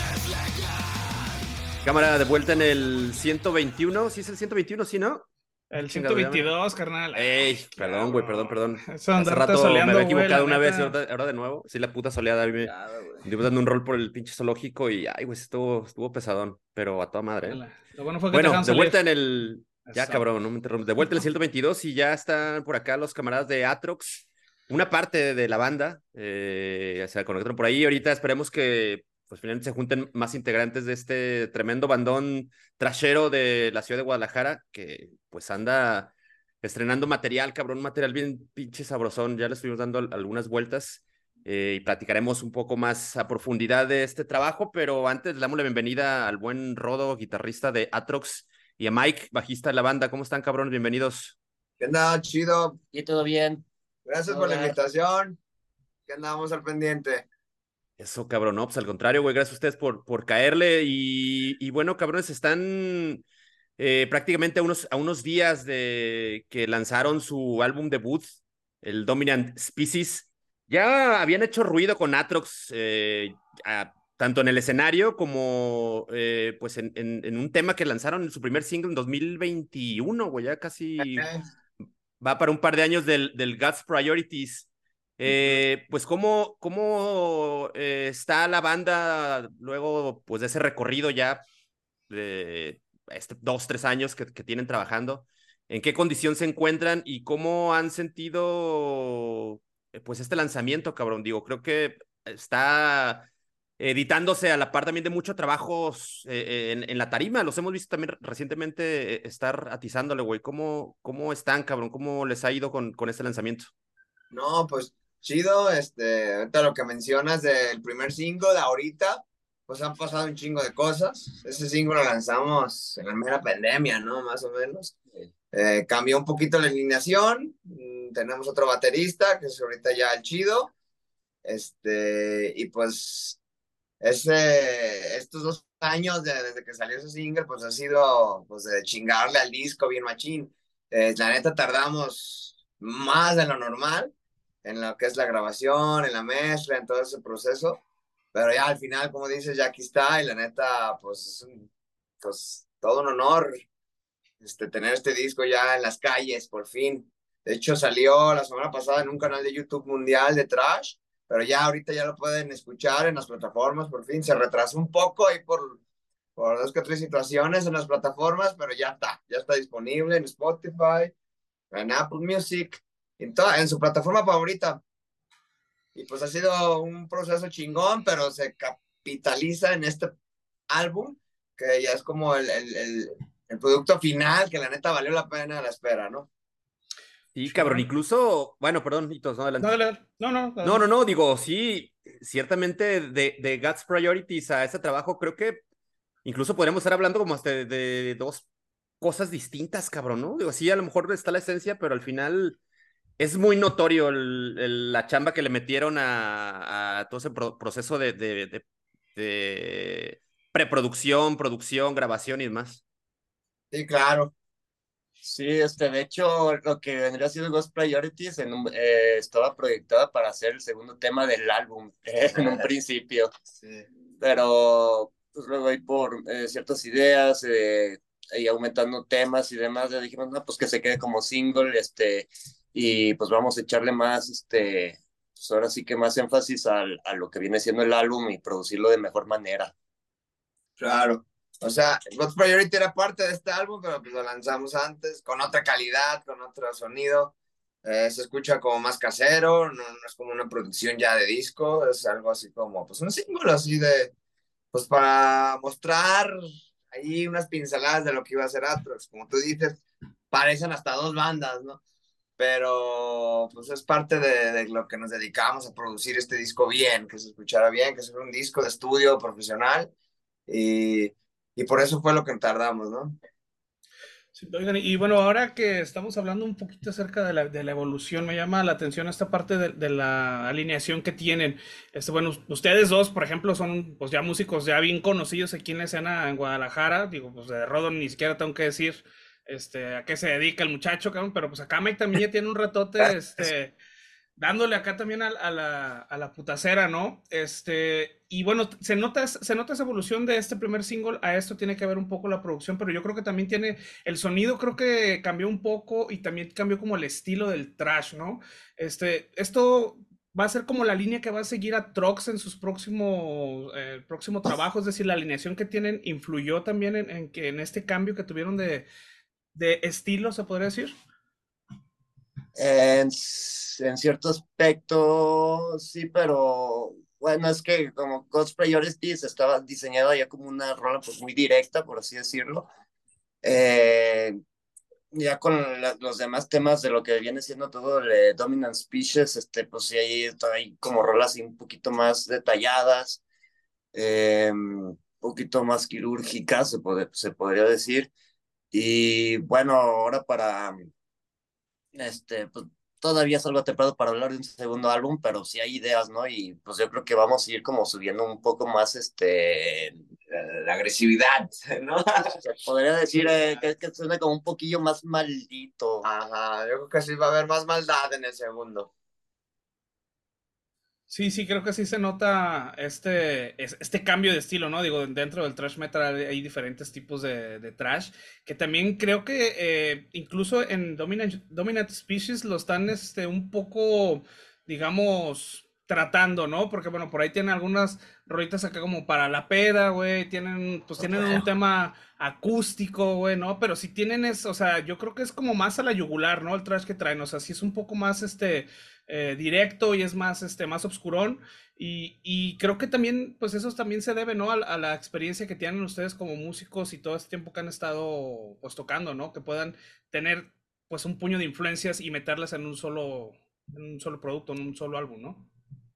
Cámara de vuelta en el ciento veintiuno. ¿Sí es el ciento veintiuno? ¿Sí, no? ¿Qué El ciento chingado ya me... veintidós, carnal. Ay, Ey, perdón, güey, perdón, cabrón. perdón. Eso de Hace andarte rato me había soleando, güey, la equivocado una vez y neta. ahora, ahora de nuevo. Sí, la puta soleada. A mí me Chingado, güey. anduve dando un rol por el pinche zoológico y, ay, güey, estuvo, estuvo pesadón, pero a toda madre, ¿eh? Ala. Lo bueno fue que te Bueno, dejaron de salir. vuelta en el... Ya, Eso. cabrón, no me interrumpes. De vuelta en el ciento veintidós y ya están por acá los camaradas de Atrox. Una parte de la banda eh, se conectaron por ahí. Ahorita esperemos que pues finalmente se junten más integrantes de este tremendo bandón trashero de la ciudad de Guadalajara, que pues anda estrenando material, cabrón, un material bien pinche sabrosón. Ya le estuvimos dando al- algunas vueltas eh, y platicaremos un poco más a profundidad de este trabajo, pero antes le damos la bienvenida al buen Rodo, guitarrista de Atrox, y a Mike, bajista de la banda. ¿Cómo están, cabrones? Bienvenidos. ¿Qué onda? Chido. Y todo bien. Gracias ¿Cómo por la va? invitación. Que andamos al pendiente. Eso, cabrón, no, pues al contrario, güey, gracias a ustedes por, por caerle. Y, y bueno, cabrones, están eh, prácticamente a unos, a unos días de que lanzaron su álbum debut, el Dominant Species. Ya habían hecho ruido con Atrox, eh, a- tanto en el escenario como eh, pues en, en, en un tema que lanzaron en su primer single en dos mil veintiuno, güey, ya casi Eh, va para un par de años del, del God's Priorities. ujú. Eh, pues cómo, cómo eh, está la banda luego pues de ese recorrido ya de este, dos, tres años que, que tienen trabajando, en qué condición se encuentran y cómo han sentido eh, pues este lanzamiento, cabrón. Digo, creo que está editándose a la par también de mucho trabajo eh, en, en, la tarima. Los hemos visto también recientemente eh, estar atizándole, güey. ¿Cómo, ¿Cómo están, cabrón? ¿Cómo les ha ido con, con este lanzamiento? No, pues chido. Este, ahorita lo que mencionas del primer single, ahorita, pues han pasado un chingo de cosas. Ese single lo lanzamos en la mera pandemia, ¿no? Más o menos. Eh, cambió un poquito la alineación. Mm, Tenemos otro baterista, que es ahorita ya el chido. Este, y pues ese, estos dos años de- desde que salió ese single, pues ha sido pues de chingarle al disco bien machín. Eh, la neta tardamos más de lo normal en lo que es la grabación, en la mezcla, en todo ese proceso, pero ya al final, como dices, ya aquí está y la neta, pues es un- pues todo un honor este, tener este disco ya en las calles, por fin. De hecho, salió la semana pasada en un canal de YouTube mundial de Trash, pero ya ahorita ya lo pueden escuchar en las plataformas, por fin. Se retrasó un poco ahí por, por dos que tres situaciones en las plataformas, pero ya está, ya está disponible en Spotify, en Apple Music, en, toda, en su plataforma favorita. Y pues ha sido un proceso chingón, pero se capitaliza en este álbum, que ya es como el, el, el, el producto final, que la neta valió la pena la espera, ¿no? Sí, cabrón, Chingón. incluso, bueno, perdón, Hitos, no, No, adelante. dale, dale. No, no, No, no, adelante. no, digo, sí, ciertamente de, de God's Priorities a ese trabajo, creo que incluso podríamos estar hablando como hasta de, de dos cosas distintas, cabrón, ¿no? Digo, sí, a lo mejor está la esencia, pero al final es muy notorio el, el, la chamba que le metieron a, a todo ese pro proceso de, de, de, de preproducción, producción, grabación y demás. Sí, claro. Sí, este, de hecho, lo que vendría siendo Ghost Priorities en un- eh, estaba proyectada para ser el segundo tema del álbum eh, en un principio, Sí. pero pues luego ahí por eh, ciertas ideas eh, y aumentando temas y demás, ya dijimos, no, pues que se quede como single, este, y pues vamos a echarle más, este, pues ahora sí que más énfasis al, a lo que viene siendo el álbum y producirlo de mejor manera. Claro. O sea, God's Priority era parte de este álbum, pero pues lo lanzamos antes, con otra calidad, con otro sonido. Eh, se escucha como más casero, no, no es como una producción ya de disco, es algo así como, pues un símbolo así de, pues para mostrar ahí unas pinceladas de lo que iba a ser Atrox. Como tú dices, parecen hasta dos bandas, ¿no? Pero pues es parte de, de lo que nos dedicamos a producir este disco bien, que se escuchara bien, que sea un disco de estudio profesional y, y por eso fue lo que tardamos, ¿no? Sí, oigan, y bueno, ahora que estamos hablando un poquito acerca de la, de la evolución, me llama la atención esta parte de, de la alineación que tienen. Este, bueno, ustedes dos, por ejemplo, son pues ya músicos ya bien conocidos aquí en la escena en Guadalajara. Digo, pues de Rodon ni siquiera tengo que decir este, a qué se dedica el muchacho, cabrón, pero pues acá Mike también ya tiene un ratote, este, dándole acá también a, a la, a la putacera, ¿no? Este, y bueno, se nota, se nota esa evolución de este primer single a esto, tiene que ver un poco la producción, pero yo creo que también tiene, el sonido creo que cambió un poco y también cambió como el estilo del trash, ¿no? Este, esto va a ser como la línea que va a seguir a Trox en sus próximos, eh, próximo trabajo, es decir, la alineación que tienen influyó también en, en que en este cambio que tuvieron de, de estilo, se podría decir. En, en cierto aspecto, sí, pero bueno, es que como God's Priorities estaba diseñada ya como una rola pues muy directa, por así decirlo. Eh, ya con la- los demás temas de lo que viene siendo todo el eh, Dominant Species, este, pues sí, hay, hay como rolas así un poquito más detalladas, eh, un poquito más quirúrgicas, se, puede, se podría decir. Y bueno, ahora para este, pues todavía es algo temprano para hablar de un segundo álbum, pero sí hay ideas, ¿no? Y pues yo creo que vamos a ir como subiendo un poco más, este, La agresividad, ¿no? se podría decir eh, que, que suena como un poquillo más maldito. Ajá, yo creo que sí va a haber más maldad en el segundo. Sí, sí, creo que sí se nota este, es- este cambio de estilo, ¿no? Digo, dentro del thrash metal hay, hay diferentes tipos de, de thrash, que también creo que eh, incluso en Dominant, Dominant Species lo están este, un poco, digamos, tratando, ¿no? Porque, bueno, por ahí tienen algunas rolitas acá como para la peda, güey, tienen, pues tienen un tema acústico, güey, ¿no? Pero si tienen es, o sea, yo creo que es como más a la yugular, ¿no? El thrash que traen, o sea, sí es un poco más, este eh, directo y es más, este, más obscurón. Y, y creo que también, pues eso también se debe, ¿no? A, a la experiencia que tienen ustedes como músicos y todo este tiempo que han estado, pues, tocando, ¿no? Que puedan tener, pues, un puño de influencias y meterlas en un solo, en un solo producto, en un solo álbum, ¿no?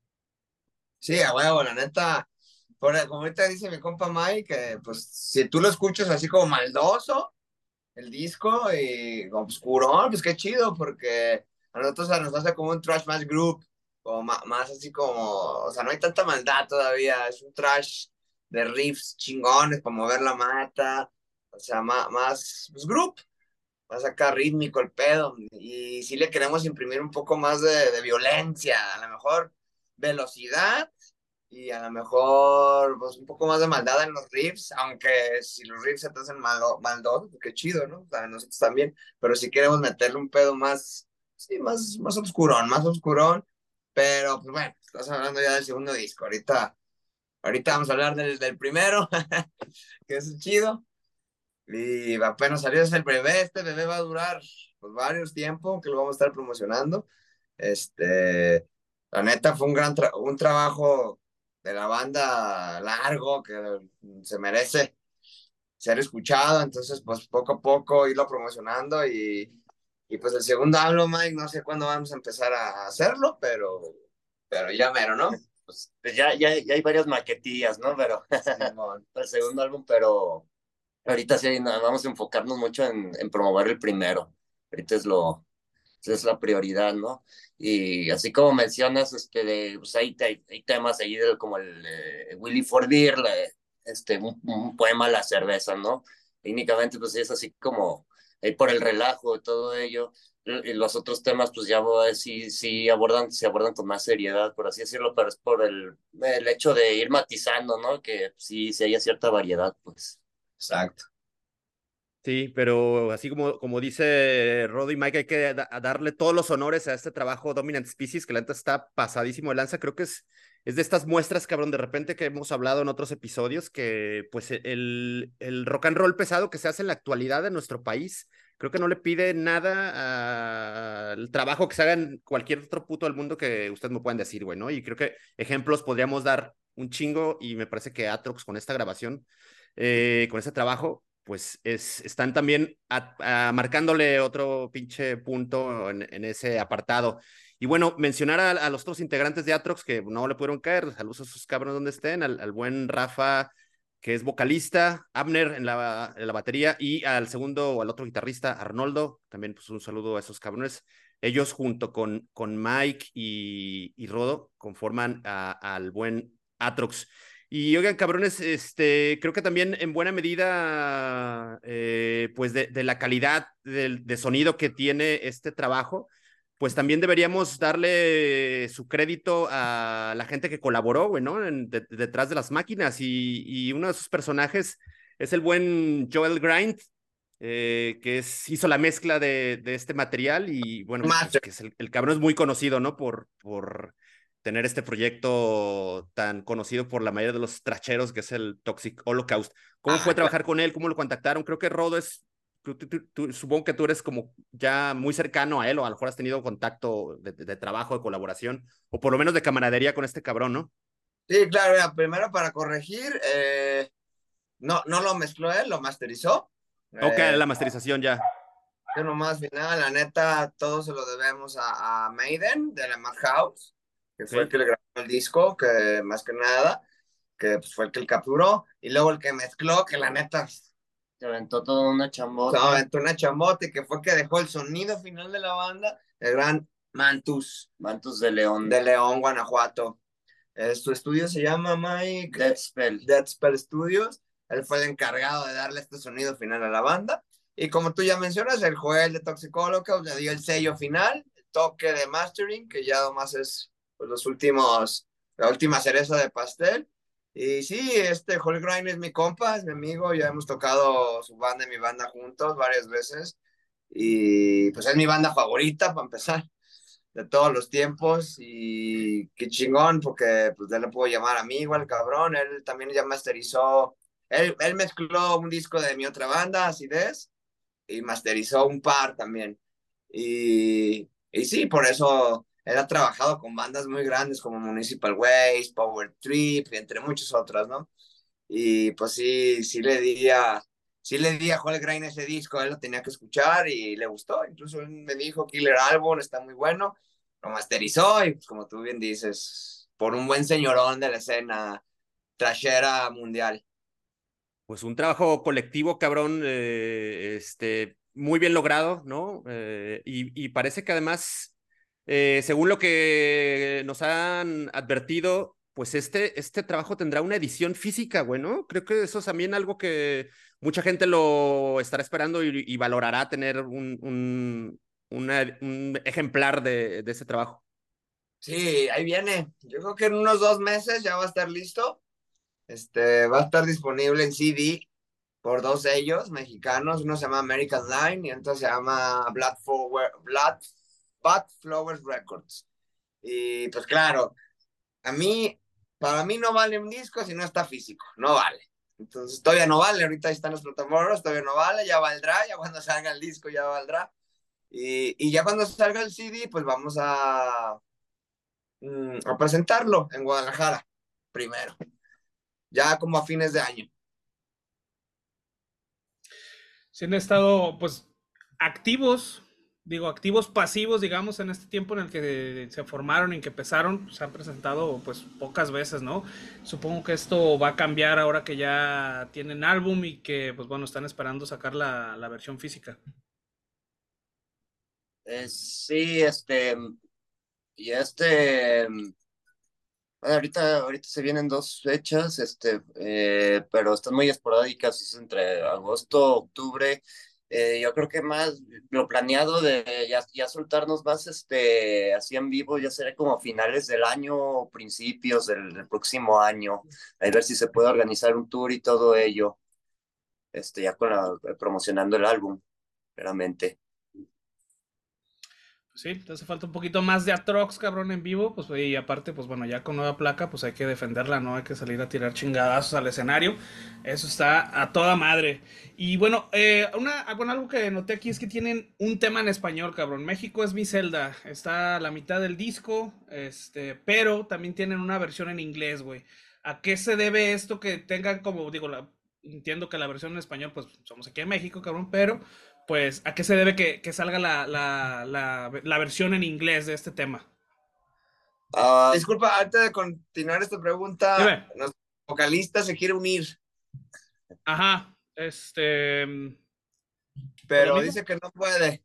Sí, a huevo, la neta. Por, como ahorita dice mi compa Mike, que pues si tú lo escuchas así como maldoso, el disco y obscurón, pues qué chido, porque a nosotros a nos hace como un trash más group, como ma- más, así como, o sea, no hay tanta maldad todavía, es un trash de riffs chingones para mover la mata, o sea, más, más pues, group, más acá rítmico el pedo, y si le queremos imprimir un poco más de, de violencia, a lo mejor velocidad y a lo mejor pues, un poco más de maldad en los riffs, aunque si los riffs se te hacen malo, maldosos, pues qué chido, ¿no? O sea, nosotros también, pero si queremos meterle un pedo más, sí, más, más oscurón, más oscurón, pero pues bueno, estás hablando ya del segundo disco, ahorita, ahorita vamos a hablar del, del primero, que es el chido, y apenas salió ese bebé, este bebé va a durar pues varios tiempos, que lo vamos a estar promocionando, este, la neta fue un gran tra- un trabajo de la banda largo que se merece ser escuchado, entonces pues poco a poco irlo promocionando y, y pues el segundo álbum, Mike, no sé cuándo vamos a empezar a hacerlo, pero, pero ya mero, ¿no? Pues, pues ya, ya, ya hay varias maquetillas, ¿no? Pero Simón. el segundo álbum, pero ahorita sí no, vamos a enfocarnos mucho en, en promover el primero. Ahorita es lo, esa es la prioridad, ¿no? Y así como mencionas, este, de, pues hay, hay, hay temas ahí de, como el eh, Willy for Beer, la- este, un, un poema a la cerveza, ¿no? Técnicamente, pues es así como ahí por el relajo de todo ello. Y los otros temas, pues ya eh, sí, sí abordan, se abordan con más seriedad, por así decirlo, pero es por el, el hecho de ir matizando, ¿no? Que sí, sí haya cierta variedad, pues. Exacto. Sí, pero así como, como dice Rodo y Mike, hay que da- darle todos los honores a este trabajo Dominant Species, que la neta está pasadísimo de lanza. Creo que es, es de estas muestras, cabrón, de repente que hemos hablado en otros episodios, que pues el, el rock and roll pesado que se hace en la actualidad en nuestro país, creo que no le pide nada al trabajo que se haga en cualquier otro puto del mundo que ustedes me puedan decir, güey, ¿no? Y creo que ejemplos podríamos dar un chingo y me parece que Atrox con esta grabación, eh, con este trabajo pues es, están también a, a marcándole otro pinche punto en, en, ese apartado. Y bueno, mencionar a, a, los otros integrantes de Atrox que no le pudieron caer, saludos a sus cabrones donde estén, al, al buen Rafa, que es vocalista, Abner en la, en la batería, y al segundo o al otro guitarrista, Arnoldo, también pues un saludo a esos cabrones. Ellos junto con, con Mike y, y Rodo conforman a, al buen Atrox. Y oigan, cabrones, este, creo que también en buena medida, eh, pues de, de, la calidad del, de sonido que tiene este trabajo, pues también deberíamos darle su crédito a la gente que colaboró, güey, ¿no? En, de, detrás de las máquinas. Y, y uno de sus personajes es el buen Joel Grind, eh, que es, hizo la mezcla de, de este material y bueno, pues Master. que es el, el cabrón es muy conocido, ¿no? Por, por tener este proyecto tan conocido por la mayoría de los tracheros, que es el Toxic Holocaust. ¿Cómo fue Ah, claro. trabajar con él? ¿Cómo lo contactaron? Creo que Rodo es Tú, tú, tú, tú, supongo que tú eres como ya muy cercano a él, o a lo mejor has tenido contacto de, de, de trabajo, de colaboración, o por lo menos de camaradería con este cabrón, ¿no? Sí, claro, mira, primero para corregir, eh, no, no lo mezcló él, lo masterizó. Ok, Eh, la masterización ya. yo nomás final, la neta, todo se lo debemos a, a Maiden de la Madhouse, que fue el Ok. que le grabó el disco, que más que nada, que pues, fue el que el capturó, y luego el que mezcló, que la neta Se aventó toda una se chambota. aventó una chambote, que fue que dejó el sonido final de la banda, el gran Mantus, Mantos de León. de León, Guanajuato. Eh, su estudio se llama Mike Dead Spell. Dead Spell Studios. Él fue el encargado de darle este sonido final a la banda. Y como tú ya mencionas, el Joel de Toxic Holocaust le dio el sello final, el toque de mastering, que ya nomás es pues, los últimos, la última cereza de pastel. Y sí, este Joel Grind es mi compa, es mi amigo, ya hemos tocado su banda y mi banda juntos varias veces. Y pues es mi banda favorita, para empezar, de todos los tiempos. Y qué chingón, porque pues ya le puedo llamar amigo al cabrón. Él también ya masterizó, él, él mezcló un disco de mi otra banda, Acidez, y masterizó un par también. Y, y sí, por eso él ha trabajado con bandas muy grandes como Municipal Waste, Power Trip, y entre muchas otras, ¿no? Y pues sí, sí le di a, sí le di a Joel Grain ese disco, él lo tenía que escuchar y le gustó. Incluso él me dijo, Killer Album, está muy bueno. Lo masterizó y pues como tú bien dices, por un buen señorón de la escena trashera mundial. Pues un trabajo colectivo, cabrón, eh, este, muy bien logrado, ¿no? Eh, y, y parece que además, eh, según lo que nos han advertido, pues este, este trabajo tendrá una edición física, güey, ¿no? Creo que eso es también algo que mucha gente lo estará esperando y, y valorará tener un, un, una- un ejemplar de, de ese trabajo. Sí, ahí viene. Yo creo que en unos dos meses ya va a estar listo. Este, va a estar disponible en C D por dos sellos mexicanos. Uno se llama American Line y otro se llama Blood, Flower, Blood, Bad Flowers Records. Y pues claro, a mí, para mí no vale un disco si no está físico, no vale. Entonces todavía no vale, ahorita están los plataformas, todavía no vale, ya valdrá, ya cuando salga el disco ya valdrá. Y, y ya cuando salga el C D, pues vamos a, mm, a presentarlo en Guadalajara primero, ya como a fines de año. Sí han estado, pues, activos, digo, activos pasivos, digamos, en este tiempo en el que se formaron y en que empezaron, se han presentado, pues, pocas veces, ¿no? Supongo que esto va a cambiar ahora que ya tienen álbum y que, pues, bueno, están esperando sacar la, la versión física. Eh, sí, este, y este, bueno, ahorita, ahorita se vienen dos fechas, este, eh, pero están muy esporádicas, es entre agosto, octubre. Eh, yo creo que más lo planeado de ya, ya soltarnos más, este, así en vivo, ya será como finales del año o principios del, del próximo año. A ver si se puede organizar un tour y todo ello, este, ya con la, promocionando el álbum, claramente. Sí, te hace falta un poquito más de Atrox, cabrón, en vivo, pues y aparte, pues bueno, ya con nueva placa, pues hay que defenderla, ¿no? Hay que salir a tirar chingadazos al escenario. Eso está a toda madre. Y bueno, eh, una, bueno, algo que noté aquí es que tienen un tema en español, cabrón. México es mi Zelda. Está a la mitad del disco, este, pero también tienen una versión en inglés, güey. ¿A qué se debe esto que tengan como, digo, la, entiendo que la versión en español, pues somos aquí en México, cabrón, pero pues, ¿a qué se debe que, que salga la, la, la, la versión en inglés de este tema? Uh, Disculpa, antes de continuar esta pregunta, Dime. nuestro vocalista se quiere unir, Ajá, este, ¿por lo pero mismo? dice que no puede.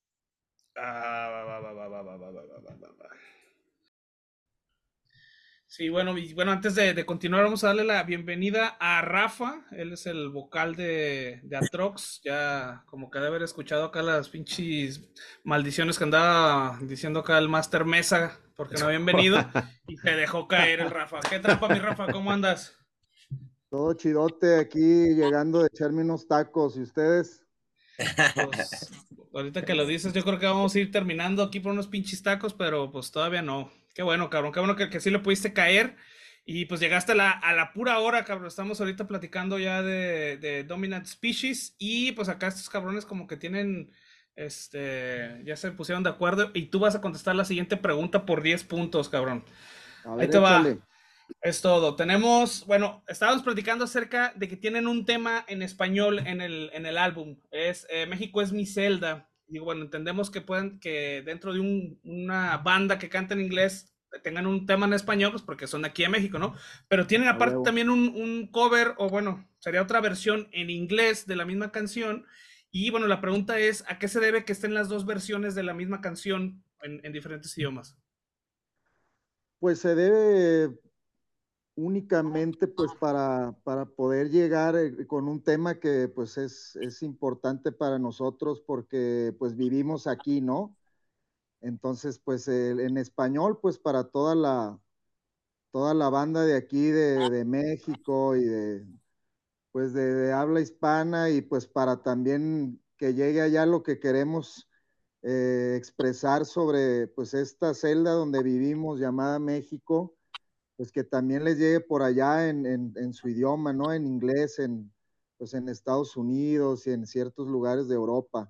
Ah, va, va, va, va, va, va, va, va, va, va. Sí, bueno, y bueno, antes de, de continuar, vamos a darle la bienvenida a Rafa. Él es el vocal de, de Atrox. Ya como que ha de haber escuchado acá las pinches maldiciones que andaba diciendo acá el Master Mesa porque no habían venido y se dejó caer el Rafa. ¿Qué trampa, mi Rafa? ¿Cómo andas? Todo chidote aquí llegando de echarme unos tacos. ¿Y ustedes? Pues ahorita que lo dices, yo creo que vamos a ir terminando aquí por unos pinches tacos, pero pues todavía no. Qué bueno, cabrón, qué bueno que, que sí le pudiste caer. Y pues llegaste a la, a la pura hora, cabrón. Estamos ahorita platicando ya de, de Dominant Species. Y pues acá estos cabrones como que tienen, este, ya se pusieron de acuerdo. Y tú vas a contestar la siguiente pregunta por diez puntos, cabrón. A Ahí ver, te va. échale. Es todo. Tenemos, bueno, estábamos platicando acerca de que tienen un tema en español en el, en el álbum. Es eh, México es mi celda. Y bueno, entendemos que pueden, que dentro de un, una banda que canta en inglés tengan un tema en español, pues porque son de aquí de México, ¿no? Pero tienen A aparte huevo. también un, un cover, o bueno, sería otra versión en inglés de la misma canción. Y bueno, la pregunta es, ¿a qué se debe que estén las dos versiones de la misma canción en, en diferentes idiomas? Pues se debe únicamente pues para, para poder llegar eh, con un tema que pues es, es importante para nosotros porque pues vivimos aquí, ¿no? Entonces pues el- en español pues para toda la, toda la banda de aquí de, de México y de pues de, de habla hispana y pues para también que llegue allá lo que queremos eh, expresar sobre pues esta celda donde vivimos llamada México, pues que también les llegue por allá en, en, en su idioma, ¿no? En inglés, en, pues en Estados Unidos y en ciertos lugares de Europa.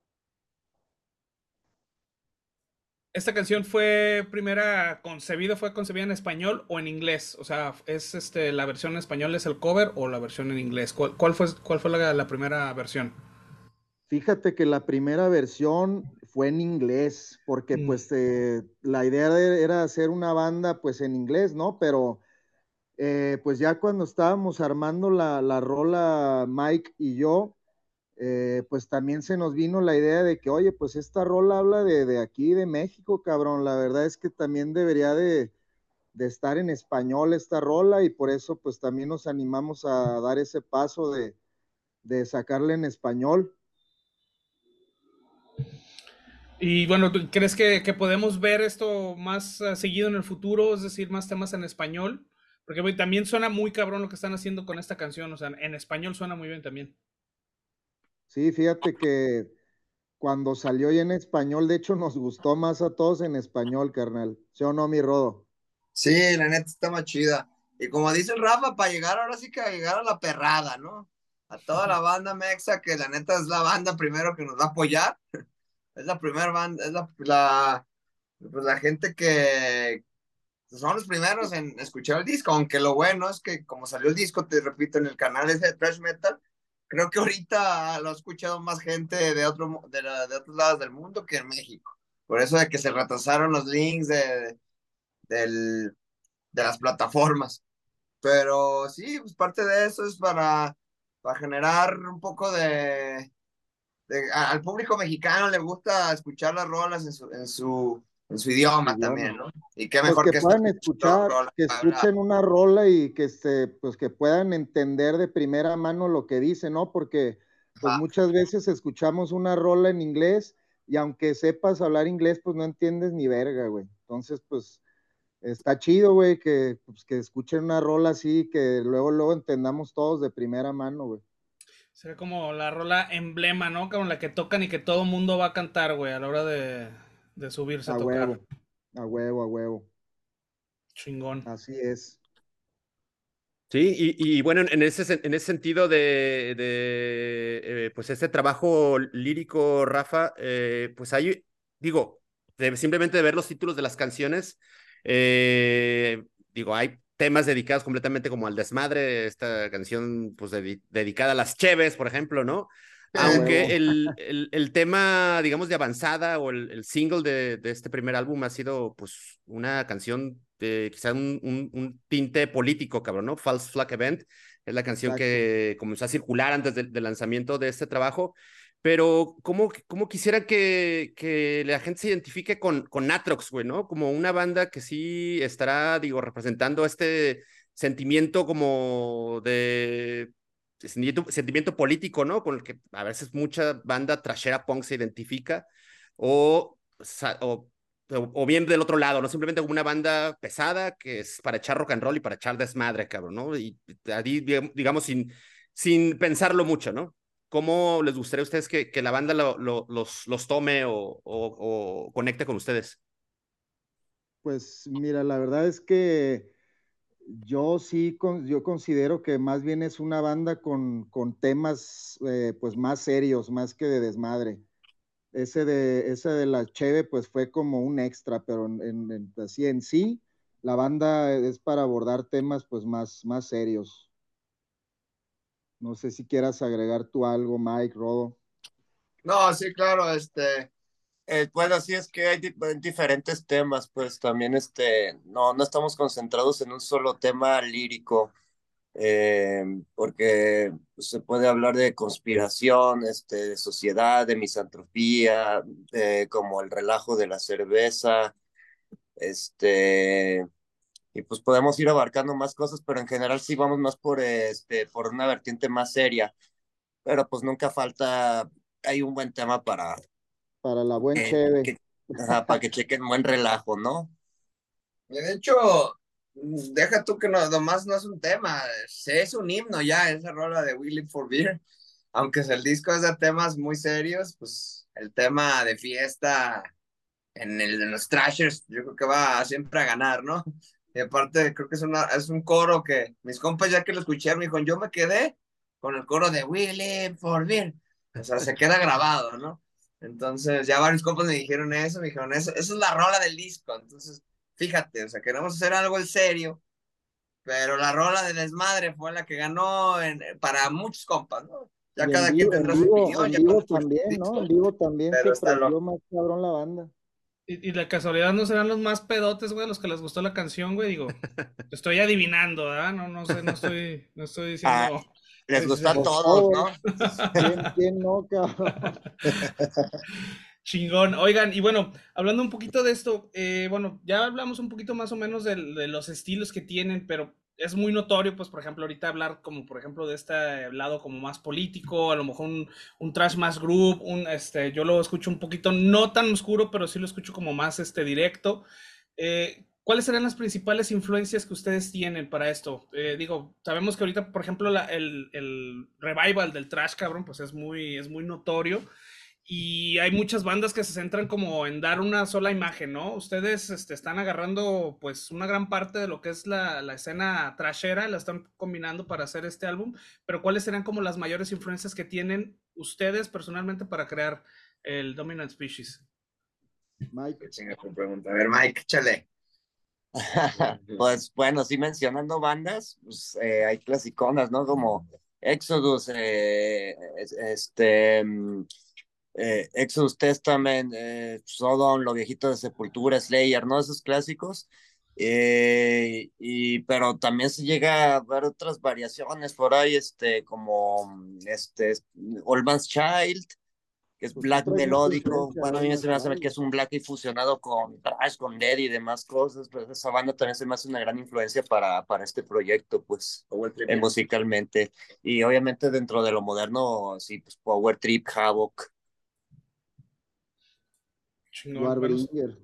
¿Esta canción fue primera concebida, fue concebida en español o en inglés? O sea, ¿es este la versión en español es el cover o la versión en inglés? ¿Cuál, cuál fue, cuál fue la, la primera versión? Fíjate que la primera versión fue en inglés, porque Mm. pues eh, la idea de- era hacer una banda pues en inglés, ¿no? Pero eh, pues ya cuando estábamos armando la, la rola Mike y yo, eh, pues también se nos vino la idea de que, oye, pues esta rola habla de, de aquí, de México, cabrón. La verdad es que también debería de, de estar en español esta rola y por eso pues también nos animamos a dar ese paso de, de sacarla en español. Y bueno, ¿tú crees que, que podemos ver esto más uh, seguido en el futuro? Es decir, más temas en español. Porque güey, también suena muy cabrón lo que están haciendo con esta canción. O sea, en español suena muy bien también. Sí, fíjate que cuando salió ya en español, de hecho nos gustó más a todos en español, carnal. ¿Sí o no, mi Rodo? Sí, la neta está más chida. Y como dice el Rafa, para llegar ahora sí que a llegar a la perrada, ¿no? A toda la banda mexa, que la neta es la banda primero que nos va a apoyar. Es la primera banda, es la, la, pues la gente que son los primeros en escuchar el disco. Aunque lo bueno es que como salió el disco, te repito, en el canal ese de Thrash Metal, creo que ahorita lo ha escuchado más gente de, otro, mu- de, la- de otros lados del mundo que en México. Por eso de que se retrasaron los links de, del de las plataformas. Pero sí, pues parte de eso es para, para generar un poco de, de- a- al público mexicano le gusta escuchar las rolas en su, en su, en su En su idioma idioma. también, ¿no? Y qué Pues mejor que que estar puedan escuchando escuchar, rolas que habladas. escuchen una rola y que se, pues que puedan entender de primera mano lo que dice, ¿no? Porque pues Ajá. muchas veces escuchamos una rola en inglés y aunque sepas hablar inglés, pues no entiendes ni verga, güey. Entonces, pues está chido, güey, que, pues, que escuchen una rola así, que luego, luego entendamos todos de primera mano, güey. Será como la rola emblema, ¿no? Como la que tocan y que todo mundo va a cantar, güey, a la hora de, de subirse a A tocar. huevo, a huevo, a huevo. Chingón. Así es. Sí, y, y bueno, en ese, sen- en ese sentido de, de eh, pues este trabajo lírico, Rafa, eh, pues hay, digo, de- simplemente de ver los títulos de las canciones, eh, digo, hay temas dedicados completamente como al desmadre, esta canción pues dedi- dedicada a las cheves, por ejemplo, ¿no? A Aunque huevo. el, el, el tema, digamos, de avanzada o el, el single de, de este primer álbum ha sido pues una canción de quizá un, un, un tinte político, cabrón, ¿no? False Flag Event es la canción Exacto. que comenzó a circular antes del, del lanzamiento de este trabajo, pero ¿cómo, cómo quisiera que, que la gente se identifique con, con Atrox, güey, ¿no? Como una banda que sí estará, digo, representando este sentimiento como de sentimiento, sentimiento político, ¿no? Con el que a veces mucha banda trashera punk se identifica, o, o, o bien del otro lado, ¿no? Simplemente como una banda pesada que es para echar rock and roll y para echar desmadre, cabrón, ¿no? Y ahí, digamos, sin, sin pensarlo mucho, ¿no? ¿Cómo les gustaría a ustedes que, que la banda lo, lo, los, los tome o, o, o conecte con ustedes? Pues mira, la verdad es que yo sí, con, yo considero que más bien es una banda con, con temas eh, pues más serios, más que de desmadre. Ese de, ese de la Cheve pues fue como un extra, pero en, en, así en sí, la banda es para abordar temas pues más, más serios. No sé si quieras agregar tú algo, Mike, Rodo. No, sí, claro, este, Eh, bueno, sí es que hay di- diferentes temas, pues también este, no, no estamos concentrados en un solo tema lírico, eh, porque pues, se puede hablar de conspiración, este, de sociedad, de misantropía, de, como el relajo de la cerveza, este, y pues podemos ir abarcando más cosas, pero en general sí vamos más por, este, por una vertiente más seria, pero pues nunca falta, hay un buen tema para Para la buen que, Cheve. que, ajá, para que chequen buen relajo, ¿no? y de hecho, deja tú que no, nomás no es un tema, es, es un himno ya, esa rola de We Live for Beer, aunque el disco es de temas muy serios, pues el tema de fiesta en, el, en los Thrashers, yo creo que va siempre a ganar, ¿no? Y aparte, creo que es, una, es un coro que mis compas, ya que lo escucharon, me dijeron, yo me quedé con el coro de We Live for Beer. O sea, se queda grabado, ¿no? Entonces, ya varios compas me dijeron eso, me dijeron, eso, eso es la rola del disco. Entonces, fíjate, o sea, queremos hacer algo en serio, pero la rola de Desmadre fue la que ganó en, para muchos compas, ¿no? Ya Y en cada quien vivo, en tendrá su vivo, opinión, en ya cuando vivo escuche el también, ¿no? disco, En vivo también pero se está prendió loco. más cabrón la banda. Y, y la casualidad no serán los más pedotes, güey, los que les gustó la canción, güey, digo. Estoy adivinando, ¿verdad? No, no sé, no estoy, no estoy Ah, diciendo. les gustó a Pues todos, todos, ¿no? ¿quién, quién no, cabrón? Chingón. Oigan, y bueno, hablando un poquito de esto, eh, bueno, ya hablamos un poquito más o menos del- de, los estilos que tienen, pero es muy notorio, pues, por ejemplo, ahorita hablar como, por ejemplo, de este lado como más político, a lo mejor un, un trash más group, un, este, yo lo escucho un poquito, no tan oscuro, pero sí lo escucho como más, este, directo. Eh, ¿cuáles serán las principales influencias que ustedes tienen para esto? Eh, digo, sabemos que ahorita, por ejemplo, la- el, el revival del trash, cabrón, pues es muy, es muy notorio. Y hay muchas bandas que se centran como en dar una sola imagen, ¿no? Ustedes este, están agarrando pues una gran parte de lo que es la, la escena trashera, la están combinando para hacer este álbum, pero ¿cuáles serán como las mayores influencias que tienen ustedes personalmente para crear el Dominant Species? Mike. Qué chinga tu pregunta. A ver, Mike, échale. Pues bueno, sí mencionando bandas, pues eh, hay clasiconas, ¿no? Como Exodus, eh, es- este, mm, eh, Exodus Testament, eh, Sodom, lo viejito de Sepultura, Slayer, ¿no? Esos clásicos. Eh, y, pero también se llega a ver otras variaciones por ahí, este, como mm, este, Old Man's Child, que es Pues tú black traes mucha melódico. influencia de Bueno, a mí Old se me hace Child. que es un black y fusionado con thrash, con dead y demás cosas, pero esa banda también se me hace una gran influencia para, para este proyecto, pues, Power Trip. eh, musicalmente. Y obviamente dentro de lo moderno, sí, pues Power Trip, Havoc. Chingón. Bueno, Warbringer.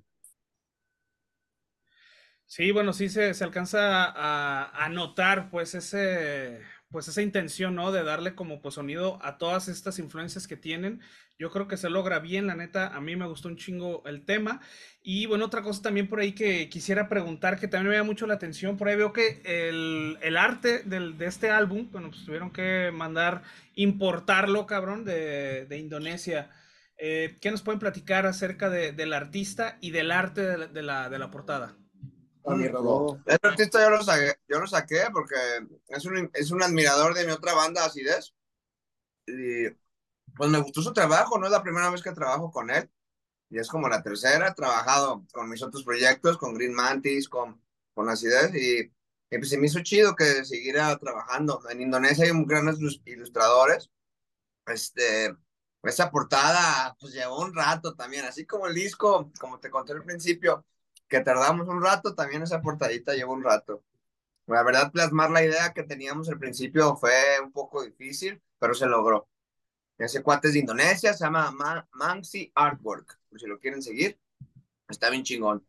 sí, bueno, sí se, se alcanza a, a notar pues ese, pues esa intención, ¿no? De darle como pues sonido a todas estas influencias que tienen. Yo creo que se logra bien, la neta, a mí me gustó un chingo el tema. Y bueno, otra cosa también por ahí que quisiera preguntar, que también me llama mucho la atención, por ahí veo que el, el arte del, de este álbum, bueno, pues tuvieron que mandar importarlo, cabrón, de, de Indonesia. Eh, ¿qué nos pueden platicar acerca de, del artista y del arte de la, de la, de la portada? A mi Mm. Rodo. Rodo. Este artista yo lo saqué, yo lo saqué porque es un, es un admirador de mi otra banda, Acidez. Y pues me gustó su trabajo, no es la primera vez que trabajo con él. Y es como la tercera. He trabajado con mis otros proyectos, con Green Mantis, con, con Acidez. Y, y pues se me hizo chido que siguiera trabajando. En Indonesia hay grandes ilustradores. Este, esa portada, pues llevó un rato también, así como el disco, como te conté al principio, que tardamos un rato, también esa portadita llevó un rato. La verdad, plasmar la idea que teníamos al principio fue un poco difícil, pero se logró. Ese cuate es de Indonesia, se llama Ma Manxi Artwork, por si lo quieren seguir, está bien chingón.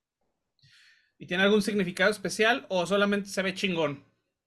¿Y tiene algún significado especial o solamente se ve chingón?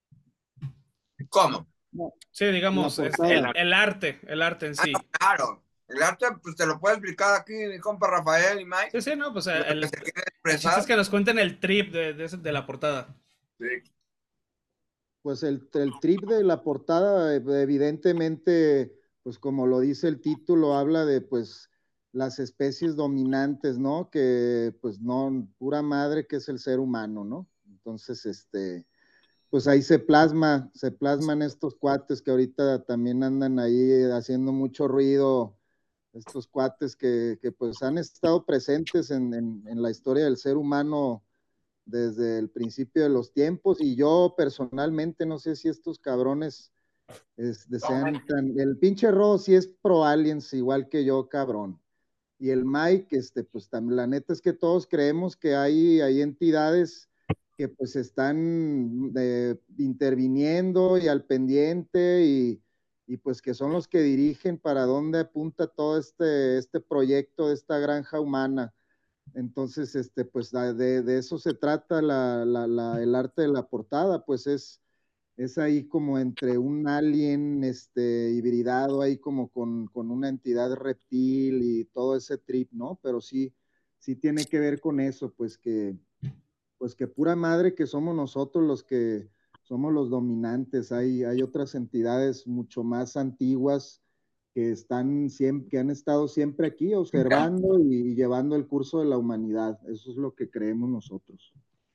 ¿Cómo? Sí, digamos, La es portada. el, el arte, el arte en Ah, no, sí. claro. El arte, pues te lo puedo explicar aquí mi compa Rafael y Mike, Sí, sí, no, pues lo que el, se quiere el chiste es expresar. que nos cuenten el trip de, de, de la portada. Sí. Pues el, el trip de la portada, evidentemente, pues como lo dice el título, habla de pues las especies dominantes, ¿no? Que pues no, pura madre que es el ser humano, ¿no? Entonces, este, pues ahí se plasma, se plasman estos cuates que ahorita también andan ahí haciendo mucho ruido, estos cuates que, que pues han estado presentes en, en, en la historia del ser humano desde el principio de los tiempos, y yo personalmente no sé si estos cabrones es, desean tan, el pinche Ro sí es pro aliens igual que yo, cabrón. Y el Mike, este, pues también, la neta es que todos creemos que hay, hay entidades que pues están eh, interviniendo y al pendiente y, y, pues que son los que dirigen para dónde apunta todo este, este proyecto de esta granja humana. Entonces, este, pues de, de eso se trata la, la, la, el arte de la portada, pues es, es ahí como entre un alien este, hibridado ahí como con, con una entidad reptil y todo ese trip, ¿no? Pero sí, sí tiene que ver con eso, pues que, pues que pura madre que somos nosotros los que somos los dominantes. Hay, hay otras entidades mucho más antiguas que están siempre, que han estado siempre aquí observando y, y llevando el curso de la humanidad. Eso es lo que creemos nosotros.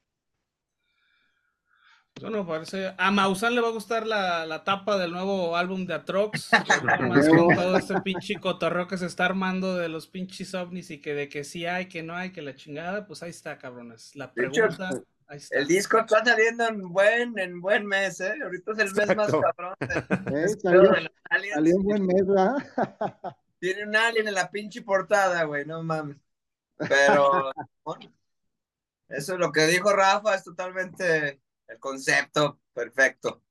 Bueno, parece. A Maussan le va a gustar la, la tapa del nuevo álbum de Atrox. A Más con huevo. todo este pinche cotorreo que se está armando de los pinches ovnis y que de que sí hay, que no hay, que la chingada. Pues ahí está, cabrones. La De hecho, pregunta, ahí el está. disco está saliendo en buen, en buen mes, ¿eh? Ahorita es el mes más Exacto. cabrón de, de ¿Eh? ese pedo Salió, de los salió aliens. un buen mes, ¿verdad? Tiene un alien en la pinche portada, güey, no mames. Pero, bueno, eso es lo que dijo Rafa, es totalmente el concepto perfecto.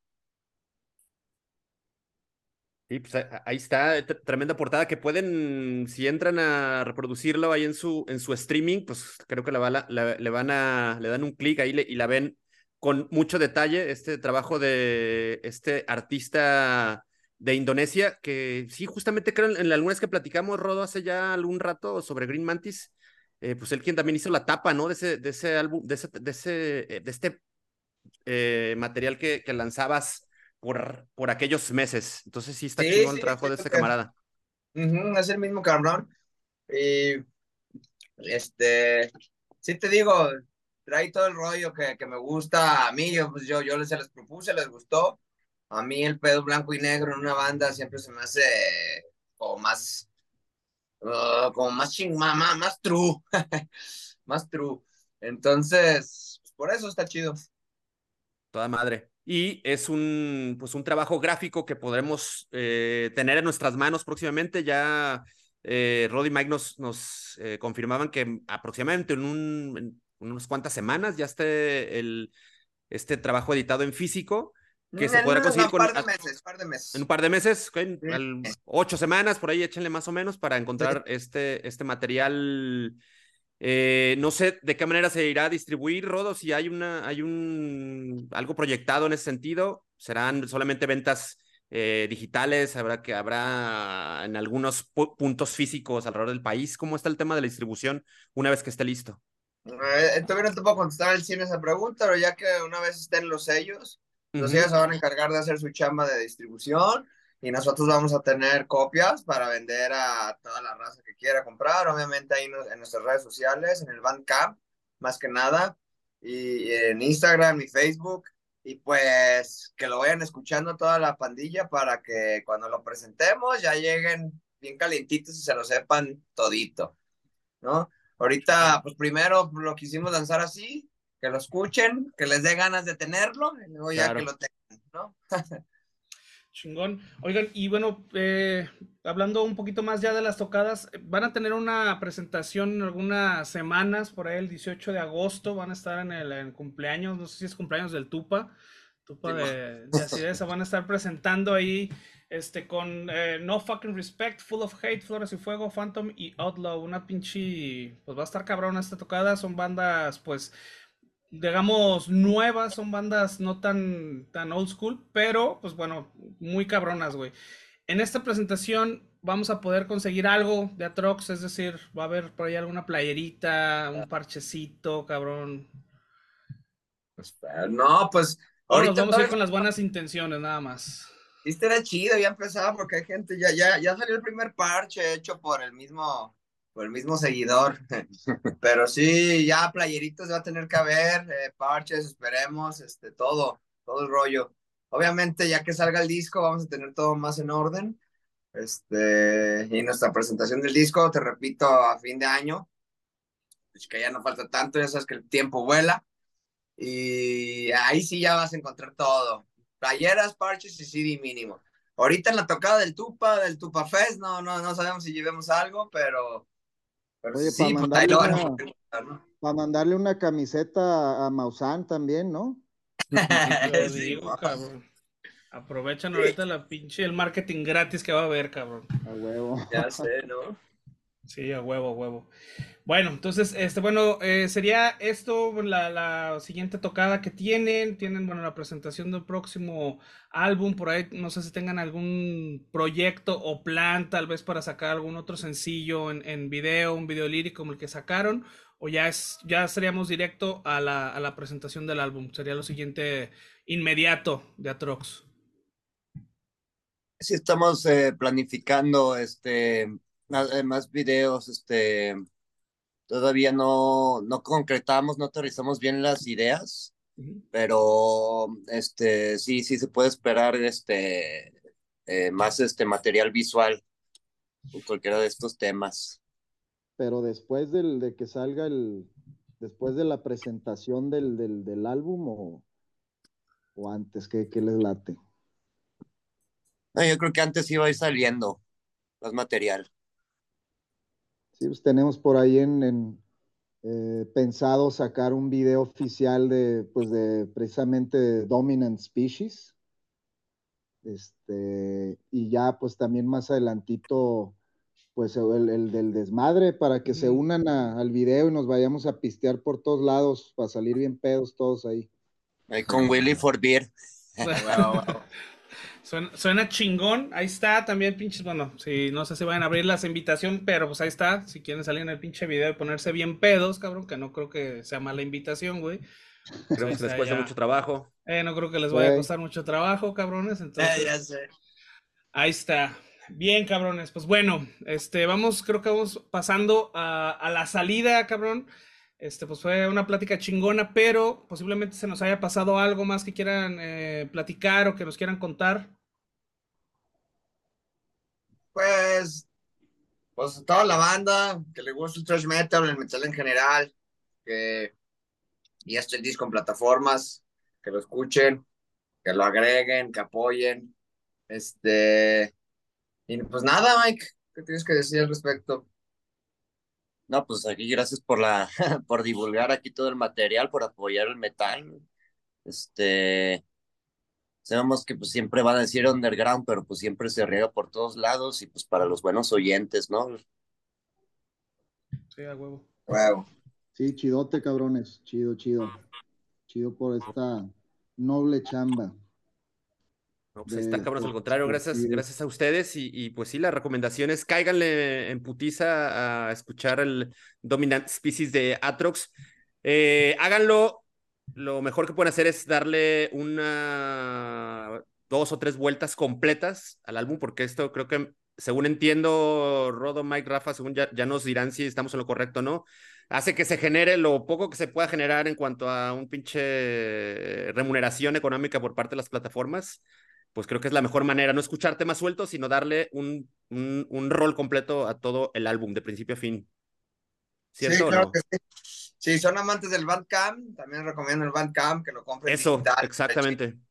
Sí, pues a- ahí está, t- tremenda portada que pueden, si entran a reproducirlo ahí en su, en su streaming, pues creo que la, va- la- la- le van a, le dan un clic ahí le- y la ven con mucho detalle, este trabajo de este artista de Indonesia, que sí, justamente creo en, en alguna vez que platicamos, Rodo, hace ya algún rato sobre Green Mantis, eh, pues él quien también hizo la tapa, ¿no? De ese, de ese álbum, de ese, de ese, eh, de este eh, material que, que lanzabas por, por aquellos meses. Entonces sí está Sí, chingón sí, el trabajo de siento este que camarada. ujú, es el mismo cabrón. Y este, sí te digo, trae todo el rollo que, que me gusta a mí. Yo, pues yo, yo les, se les propuse, les gustó. A mí el pedo blanco y negro en una banda siempre se me hace como más, uh, como más ching, más, más, más true, más true. Entonces, pues por eso está chido. Toda madre. Y es un, pues un trabajo gráfico que podremos eh, tener en nuestras manos próximamente. Ya eh, Rod y Mike nos, nos eh, confirmaban que aproximadamente en, un, en unas cuantas semanas ya esté el, este trabajo editado en físico, que En se podrá conseguir un con, par de a, meses, par de en un meses. par de meses, okay, Sí. al, ocho semanas, por ahí échenle más o menos para encontrar este, este material. Eh, no sé de qué manera se irá a distribuir, Rodo, si hay una, hay un algo proyectado en ese sentido. ¿Serán solamente ventas eh, digitales? ¿Habrá que habrá en algunos pu puntos físicos alrededor del país? ¿Cómo está el tema de la distribución una vez que esté listo? Eh, todavía no te puedo contestar al cien esa pregunta, pero ya que una vez estén los sellos, Uh los sellos -huh. se van a encargar de hacer su chamba de distribución y nosotros vamos a tener copias para vender a toda la raza que quiera comprar, obviamente ahí en, en nuestras redes sociales, en el Bandcamp, más que nada, y en Instagram y Facebook, y pues que lo vayan escuchando toda la pandilla para que cuando lo presentemos ya lleguen bien calientitos y se lo sepan todito, ¿no? Ahorita, pues primero lo quisimos lanzar así, que lo escuchen, que les dé ganas de tenerlo, y luego ya que Claro. lo tengan, ¿no? Chingón. Oigan, y bueno, eh, hablando un poquito más ya de las tocadas, eh, van a tener una presentación en algunas semanas, por ahí el dieciocho de agosto, van a estar en el, en cumpleaños, no sé si es cumpleaños del Tupa, Tupa Sí, mo. de, de Acideza, van a estar presentando ahí, este, con eh, No Fucking Respect, Full of Hate, Flores y Fuego, Phantom y Outlaw, una pinche, pues va a estar cabrón esta tocada, son bandas, pues, digamos, nuevas, son bandas no tan, tan old school, pero pues bueno, muy cabronas, güey. En esta presentación vamos a poder conseguir algo de Atrox, es decir, va a haber por ahí alguna playerita, un parchecito, cabrón. Pues, pero no, pues O nos ahorita vamos a ir todavía con las buenas intenciones, nada más. sí estaría chido ya empezaba porque hay gente, ya, ya, ya salió el primer parche hecho por el mismo, por el mismo seguidor. Pero sí, ya playeritos va a tener que haber, eh, parches, esperemos, este, todo, todo el rollo. Obviamente, ya que salga el disco, vamos a tener todo más en orden. Este, y nuestra presentación del disco, te repito, a fin de año, pues que ya no falta tanto, ya sabes que el tiempo vuela. Y ahí sí ya vas a encontrar todo. Playeras, parches y C D mínimo. Ahorita en la tocada del Tupa, del Tupa Fest, no, no, no sabemos si llevemos algo, pero, pero Oye, para sí, pues ahí mandarle lo van a una, poder encontrar, ¿no? para mandarle una camiseta a Maussan también, ¿no? Yo Sí, digo, mo. cabrón. Aprovechan Sí, ahorita la pinche el marketing gratis que va a haber, cabrón. A huevo. ya sé, ¿no? Sí, a huevo, a huevo. Bueno, entonces, este, bueno, eh, sería esto la, la siguiente tocada que tienen. Tienen, bueno, la presentación del próximo álbum. Por ahí, no sé si tengan algún proyecto o plan, tal vez para sacar algún otro sencillo en, en video, un video lírico como el que sacaron. O ya es, ya seríamos directo a la, a la presentación del álbum. Sería lo siguiente inmediato de Atrox. Sí, estamos eh, planificando este, más, eh, más videos, este, todavía no, no concretamos, no aterrizamos bien las ideas, Ujú. pero este, sí, sí se puede esperar este, eh, más este material visual con cualquiera de estos temas. Pero después del, de que salga el, después de la presentación del, del, del álbum o, o antes, ¿qué, qué les late? No, yo creo que antes iba a ir saliendo más material. Sí, pues tenemos por ahí en, en eh, pensado sacar un video oficial de, pues de precisamente de Dominant Species. Este, y ya pues también más adelantito, pues el, el del desmadre para que se Ujú. unan a- al video y nos vayamos a pistear por todos lados para salir bien pedos todos ahí. Ahí con Willy for Beer. Huevo, huevo. Suena, suena chingón, ahí está también, pinches, bueno, si no sé si van a abrir las invitación, pero pues ahí está, si quieren salir en el pinche video y ponerse bien pedos, cabrón, que no creo que sea mala invitación, güey, pues ahí Creemos que les está cuesta mucho ya, trabajo. eh, no creo que les vaya a Güey, costar mucho trabajo, cabrones, Eh, ya entonces, sé. ahí está, bien, cabrones, pues bueno, este, vamos, creo que vamos pasando a, a la salida, cabrón, este, pues fue una plática chingona, pero posiblemente se nos haya pasado algo más que quieran eh, platicar o que nos quieran contar. Pues, pues toda la banda que le gusta el thrash metal, el metal en general, que ya está el disco en plataformas, que lo escuchen, que lo agreguen, que apoyen. Este, y pues nada, Mike, ¿qué tienes que decir al respecto? No, pues aquí gracias por la, por divulgar aquí todo el material, por apoyar el metal. Este, sabemos que pues siempre van a decir underground, pero pues siempre se riega por todos lados y pues para los buenos oyentes, ¿no? Sí, a huevo. Huevo. sí, chidote, cabrones, chido, chido, chido por esta noble chamba No, pues ahí está, de, cabrones, al pues, contrario, gracias, esparcir. gracias a ustedes. Y, y pues sí, las recomendaciones, cáiganle en putiza a escuchar el Dominant Species de Atrox. Eh, háganlo, lo mejor que pueden hacer es darle una, dos o tres vueltas completas al álbum, porque esto creo que, según entiendo, Rodo, Mike, Rafa, según ya, ya nos dirán si estamos en lo correcto o no, hace que se genere lo poco que se pueda generar en cuanto a un pinche remuneración económica por parte de las plataformas. Pues creo que es la mejor manera, no escuchar temas sueltos, sino darle un, un, un rol completo a todo el álbum, de principio a fin. Sí, ¿Cierto o claro no? que sí. Si son amantes del Bandcamp, también recomiendo el Bandcamp, que lo compren Eso, digital. exactamente.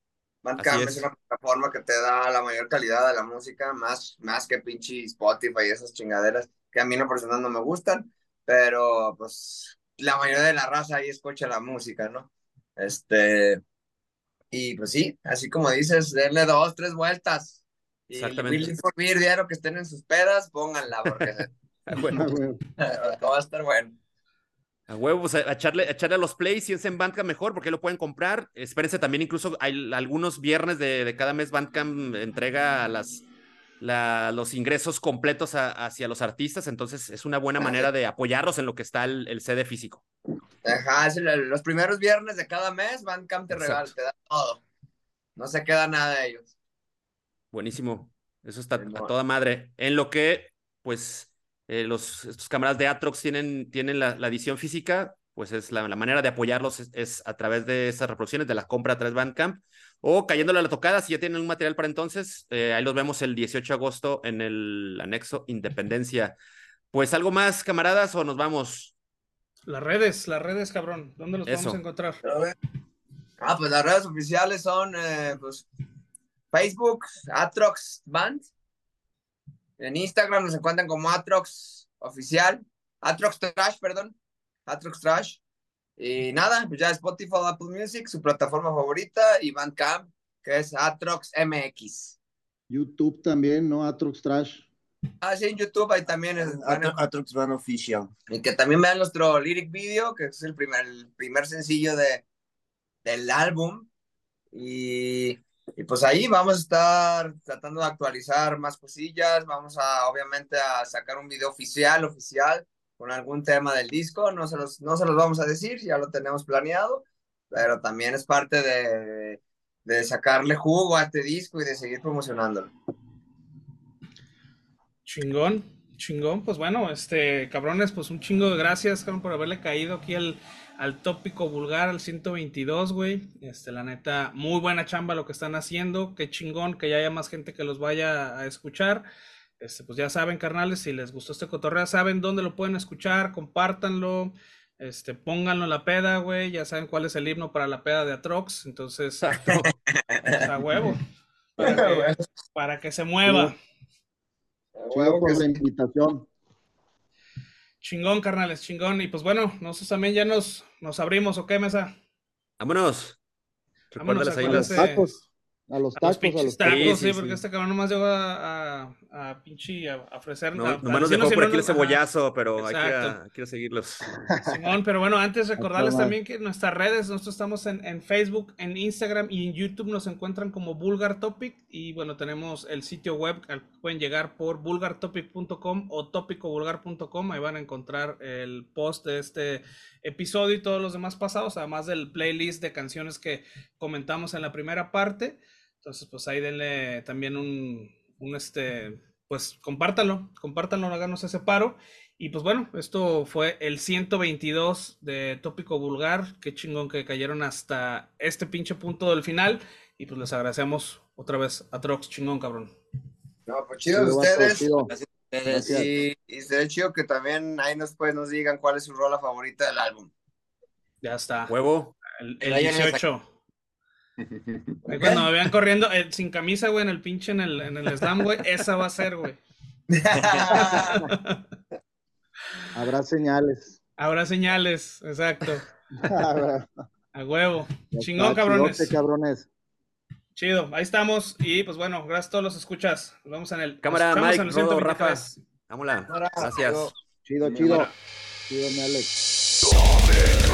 Bandcamp Así es es. una plataforma que te da la mayor calidad de la música, más, más que pinche Spotify y esas chingaderas que a mí no personal no me gustan, pero pues la mayoría de la raza ahí escucha la música, ¿no? Este, y pues sí, así como dices, denle dos, tres vueltas. Y el Exactamente. Willy for Beer, diario que estén en sus pedas, pónganla, porque se- A huevo. Ah, güey. va a estar bueno. A huevo, pues, a, a echarle, a echarle a los plays, si es en Bandcamp mejor, porque ahí lo pueden comprar. Espérense también, incluso hay algunos viernes de, de cada mes Bandcamp entrega las, la, los ingresos completos a, hacia los artistas, entonces es una buena manera de apoyarlos en lo que está el, el C D físico. Ajá, es el- los primeros viernes de cada mes, Bandcamp te regala, Exacto. te da todo. No se queda nada de ellos. Buenísimo. Eso está a Simón. toda madre. En lo que, pues, eh, los, estos camaradas de Atrox tienen, tienen la, la edición física, pues es la, la manera de apoyarlos es, es, a través de esas reproducciones, de la compra a través de Bandcamp, o cayéndole a la tocada, si ya tienen un material para entonces, eh, ahí los vemos el dieciocho de agosto en el anexo Independencia. Pues algo más, camaradas, o nos vamos. Las redes, las redes, cabrón. ¿Dónde los podemos Eso. encontrar? A ver. Ah, pues las redes oficiales son eh, pues, Facebook, Atrox Band. En Instagram nos encuentran como Atrox Oficial. Atrox Trash, perdón. Atrox Trash. Y nada, pues ya Spotify, Apple Music, su plataforma favorita, y Bandcamp, que es Atrox M X. YouTube también, ¿no? Atrox Trash. Ah, sí, en YouTube ahí también es bueno. Atrox Band Official. Y que también vean nuestro lyric video, que es el primer, el primer sencillo de, del álbum. Y, y pues ahí vamos a estar tratando de actualizar más cosillas. Vamos a, obviamente, a sacar un video oficial, oficial, con algún tema del disco. No se los, no se los vamos a decir, ya lo tenemos planeado, pero también es parte de, de sacarle jugo a este disco y de seguir promocionándolo. Chingón, chingón. Pues bueno, este, cabrones, pues un chingo de gracias, cabrón, por haberle caído aquí al, al tópico vulgar, al ciento veintidós, güey. Este, la neta, muy buena chamba lo que están haciendo. Qué chingón que ya haya más gente que los vaya a escuchar. Este, pues ya saben, carnales, si les gustó este cotorreo, saben dónde lo pueden escuchar, compártanlo. Este, pónganlo en la peda, güey. Ya saben cuál es el himno para la peda de Atrox. Entonces, Exacto. pues, a huevo. Para que, para que se mueva. Chido por la invitación. Chingón, carnales, chingón. Y pues bueno, nosotros también ya nos, nos abrimos, ¿ok, Mesa? Vámonos. Vámonos, Recuérdelas ahí A las... los acuérdense. tacos. A los A los tacos, a pinches los tacos, Sí, sí, sí, porque sí. este cabrón nomás llegó a, a, a pinche a, a ofrecer. No, a, a nomás nos decirnos dejó si por no aquí el nos- ajá. cebollazo, pero hay que, Exacto. hay que seguirlos. Simón, pero bueno, antes recordarles Acá va. también que nuestras redes, nosotros estamos en, en Facebook, en Instagram y en YouTube nos encuentran como Vulgar Topic y bueno, tenemos el sitio web al que pueden llegar por vulgar topic punto com o tópicovulgar punto com, ahí van a encontrar el post de este episodio y todos los demás pasados, además del playlist de canciones que comentamos en la primera parte. Entonces, pues ahí denle también un, un este, pues compártanlo, compártanlo, háganos ese paro. Y pues bueno, esto fue el ciento veintidós de Tópico Vulgar. Qué chingón que cayeron hasta este pinche punto del final. Y pues les agradecemos otra vez a Trox, chingón, cabrón. No, pues chido Chido, vato, ustedes. chido. Gracias a ustedes. Gracias. Y, y sería chido que también ahí después nos digan cuál es su rola favorita del álbum. Ya está. Huevo. El, Que el vayan a dieciocho. Ahí cuando me vean corriendo eh, sin camisa, güey, en el pinche en el, en el slam, güey, esa va a ser, güey. Habrá señales. Habrá señales, exacto. A huevo. Ya Chingón, está, cabrones. chidote, cabrones. Chido, ahí estamos. Y pues bueno, gracias a todos los escuchas. Nos vemos en el. Cámara, nos escuchamos Mike, en el Rodo, ciento veintitrés. Rafa. Vámonos. Ahora, Gracias. yo- Chido, Cámara. chido. Chido, mi Alex.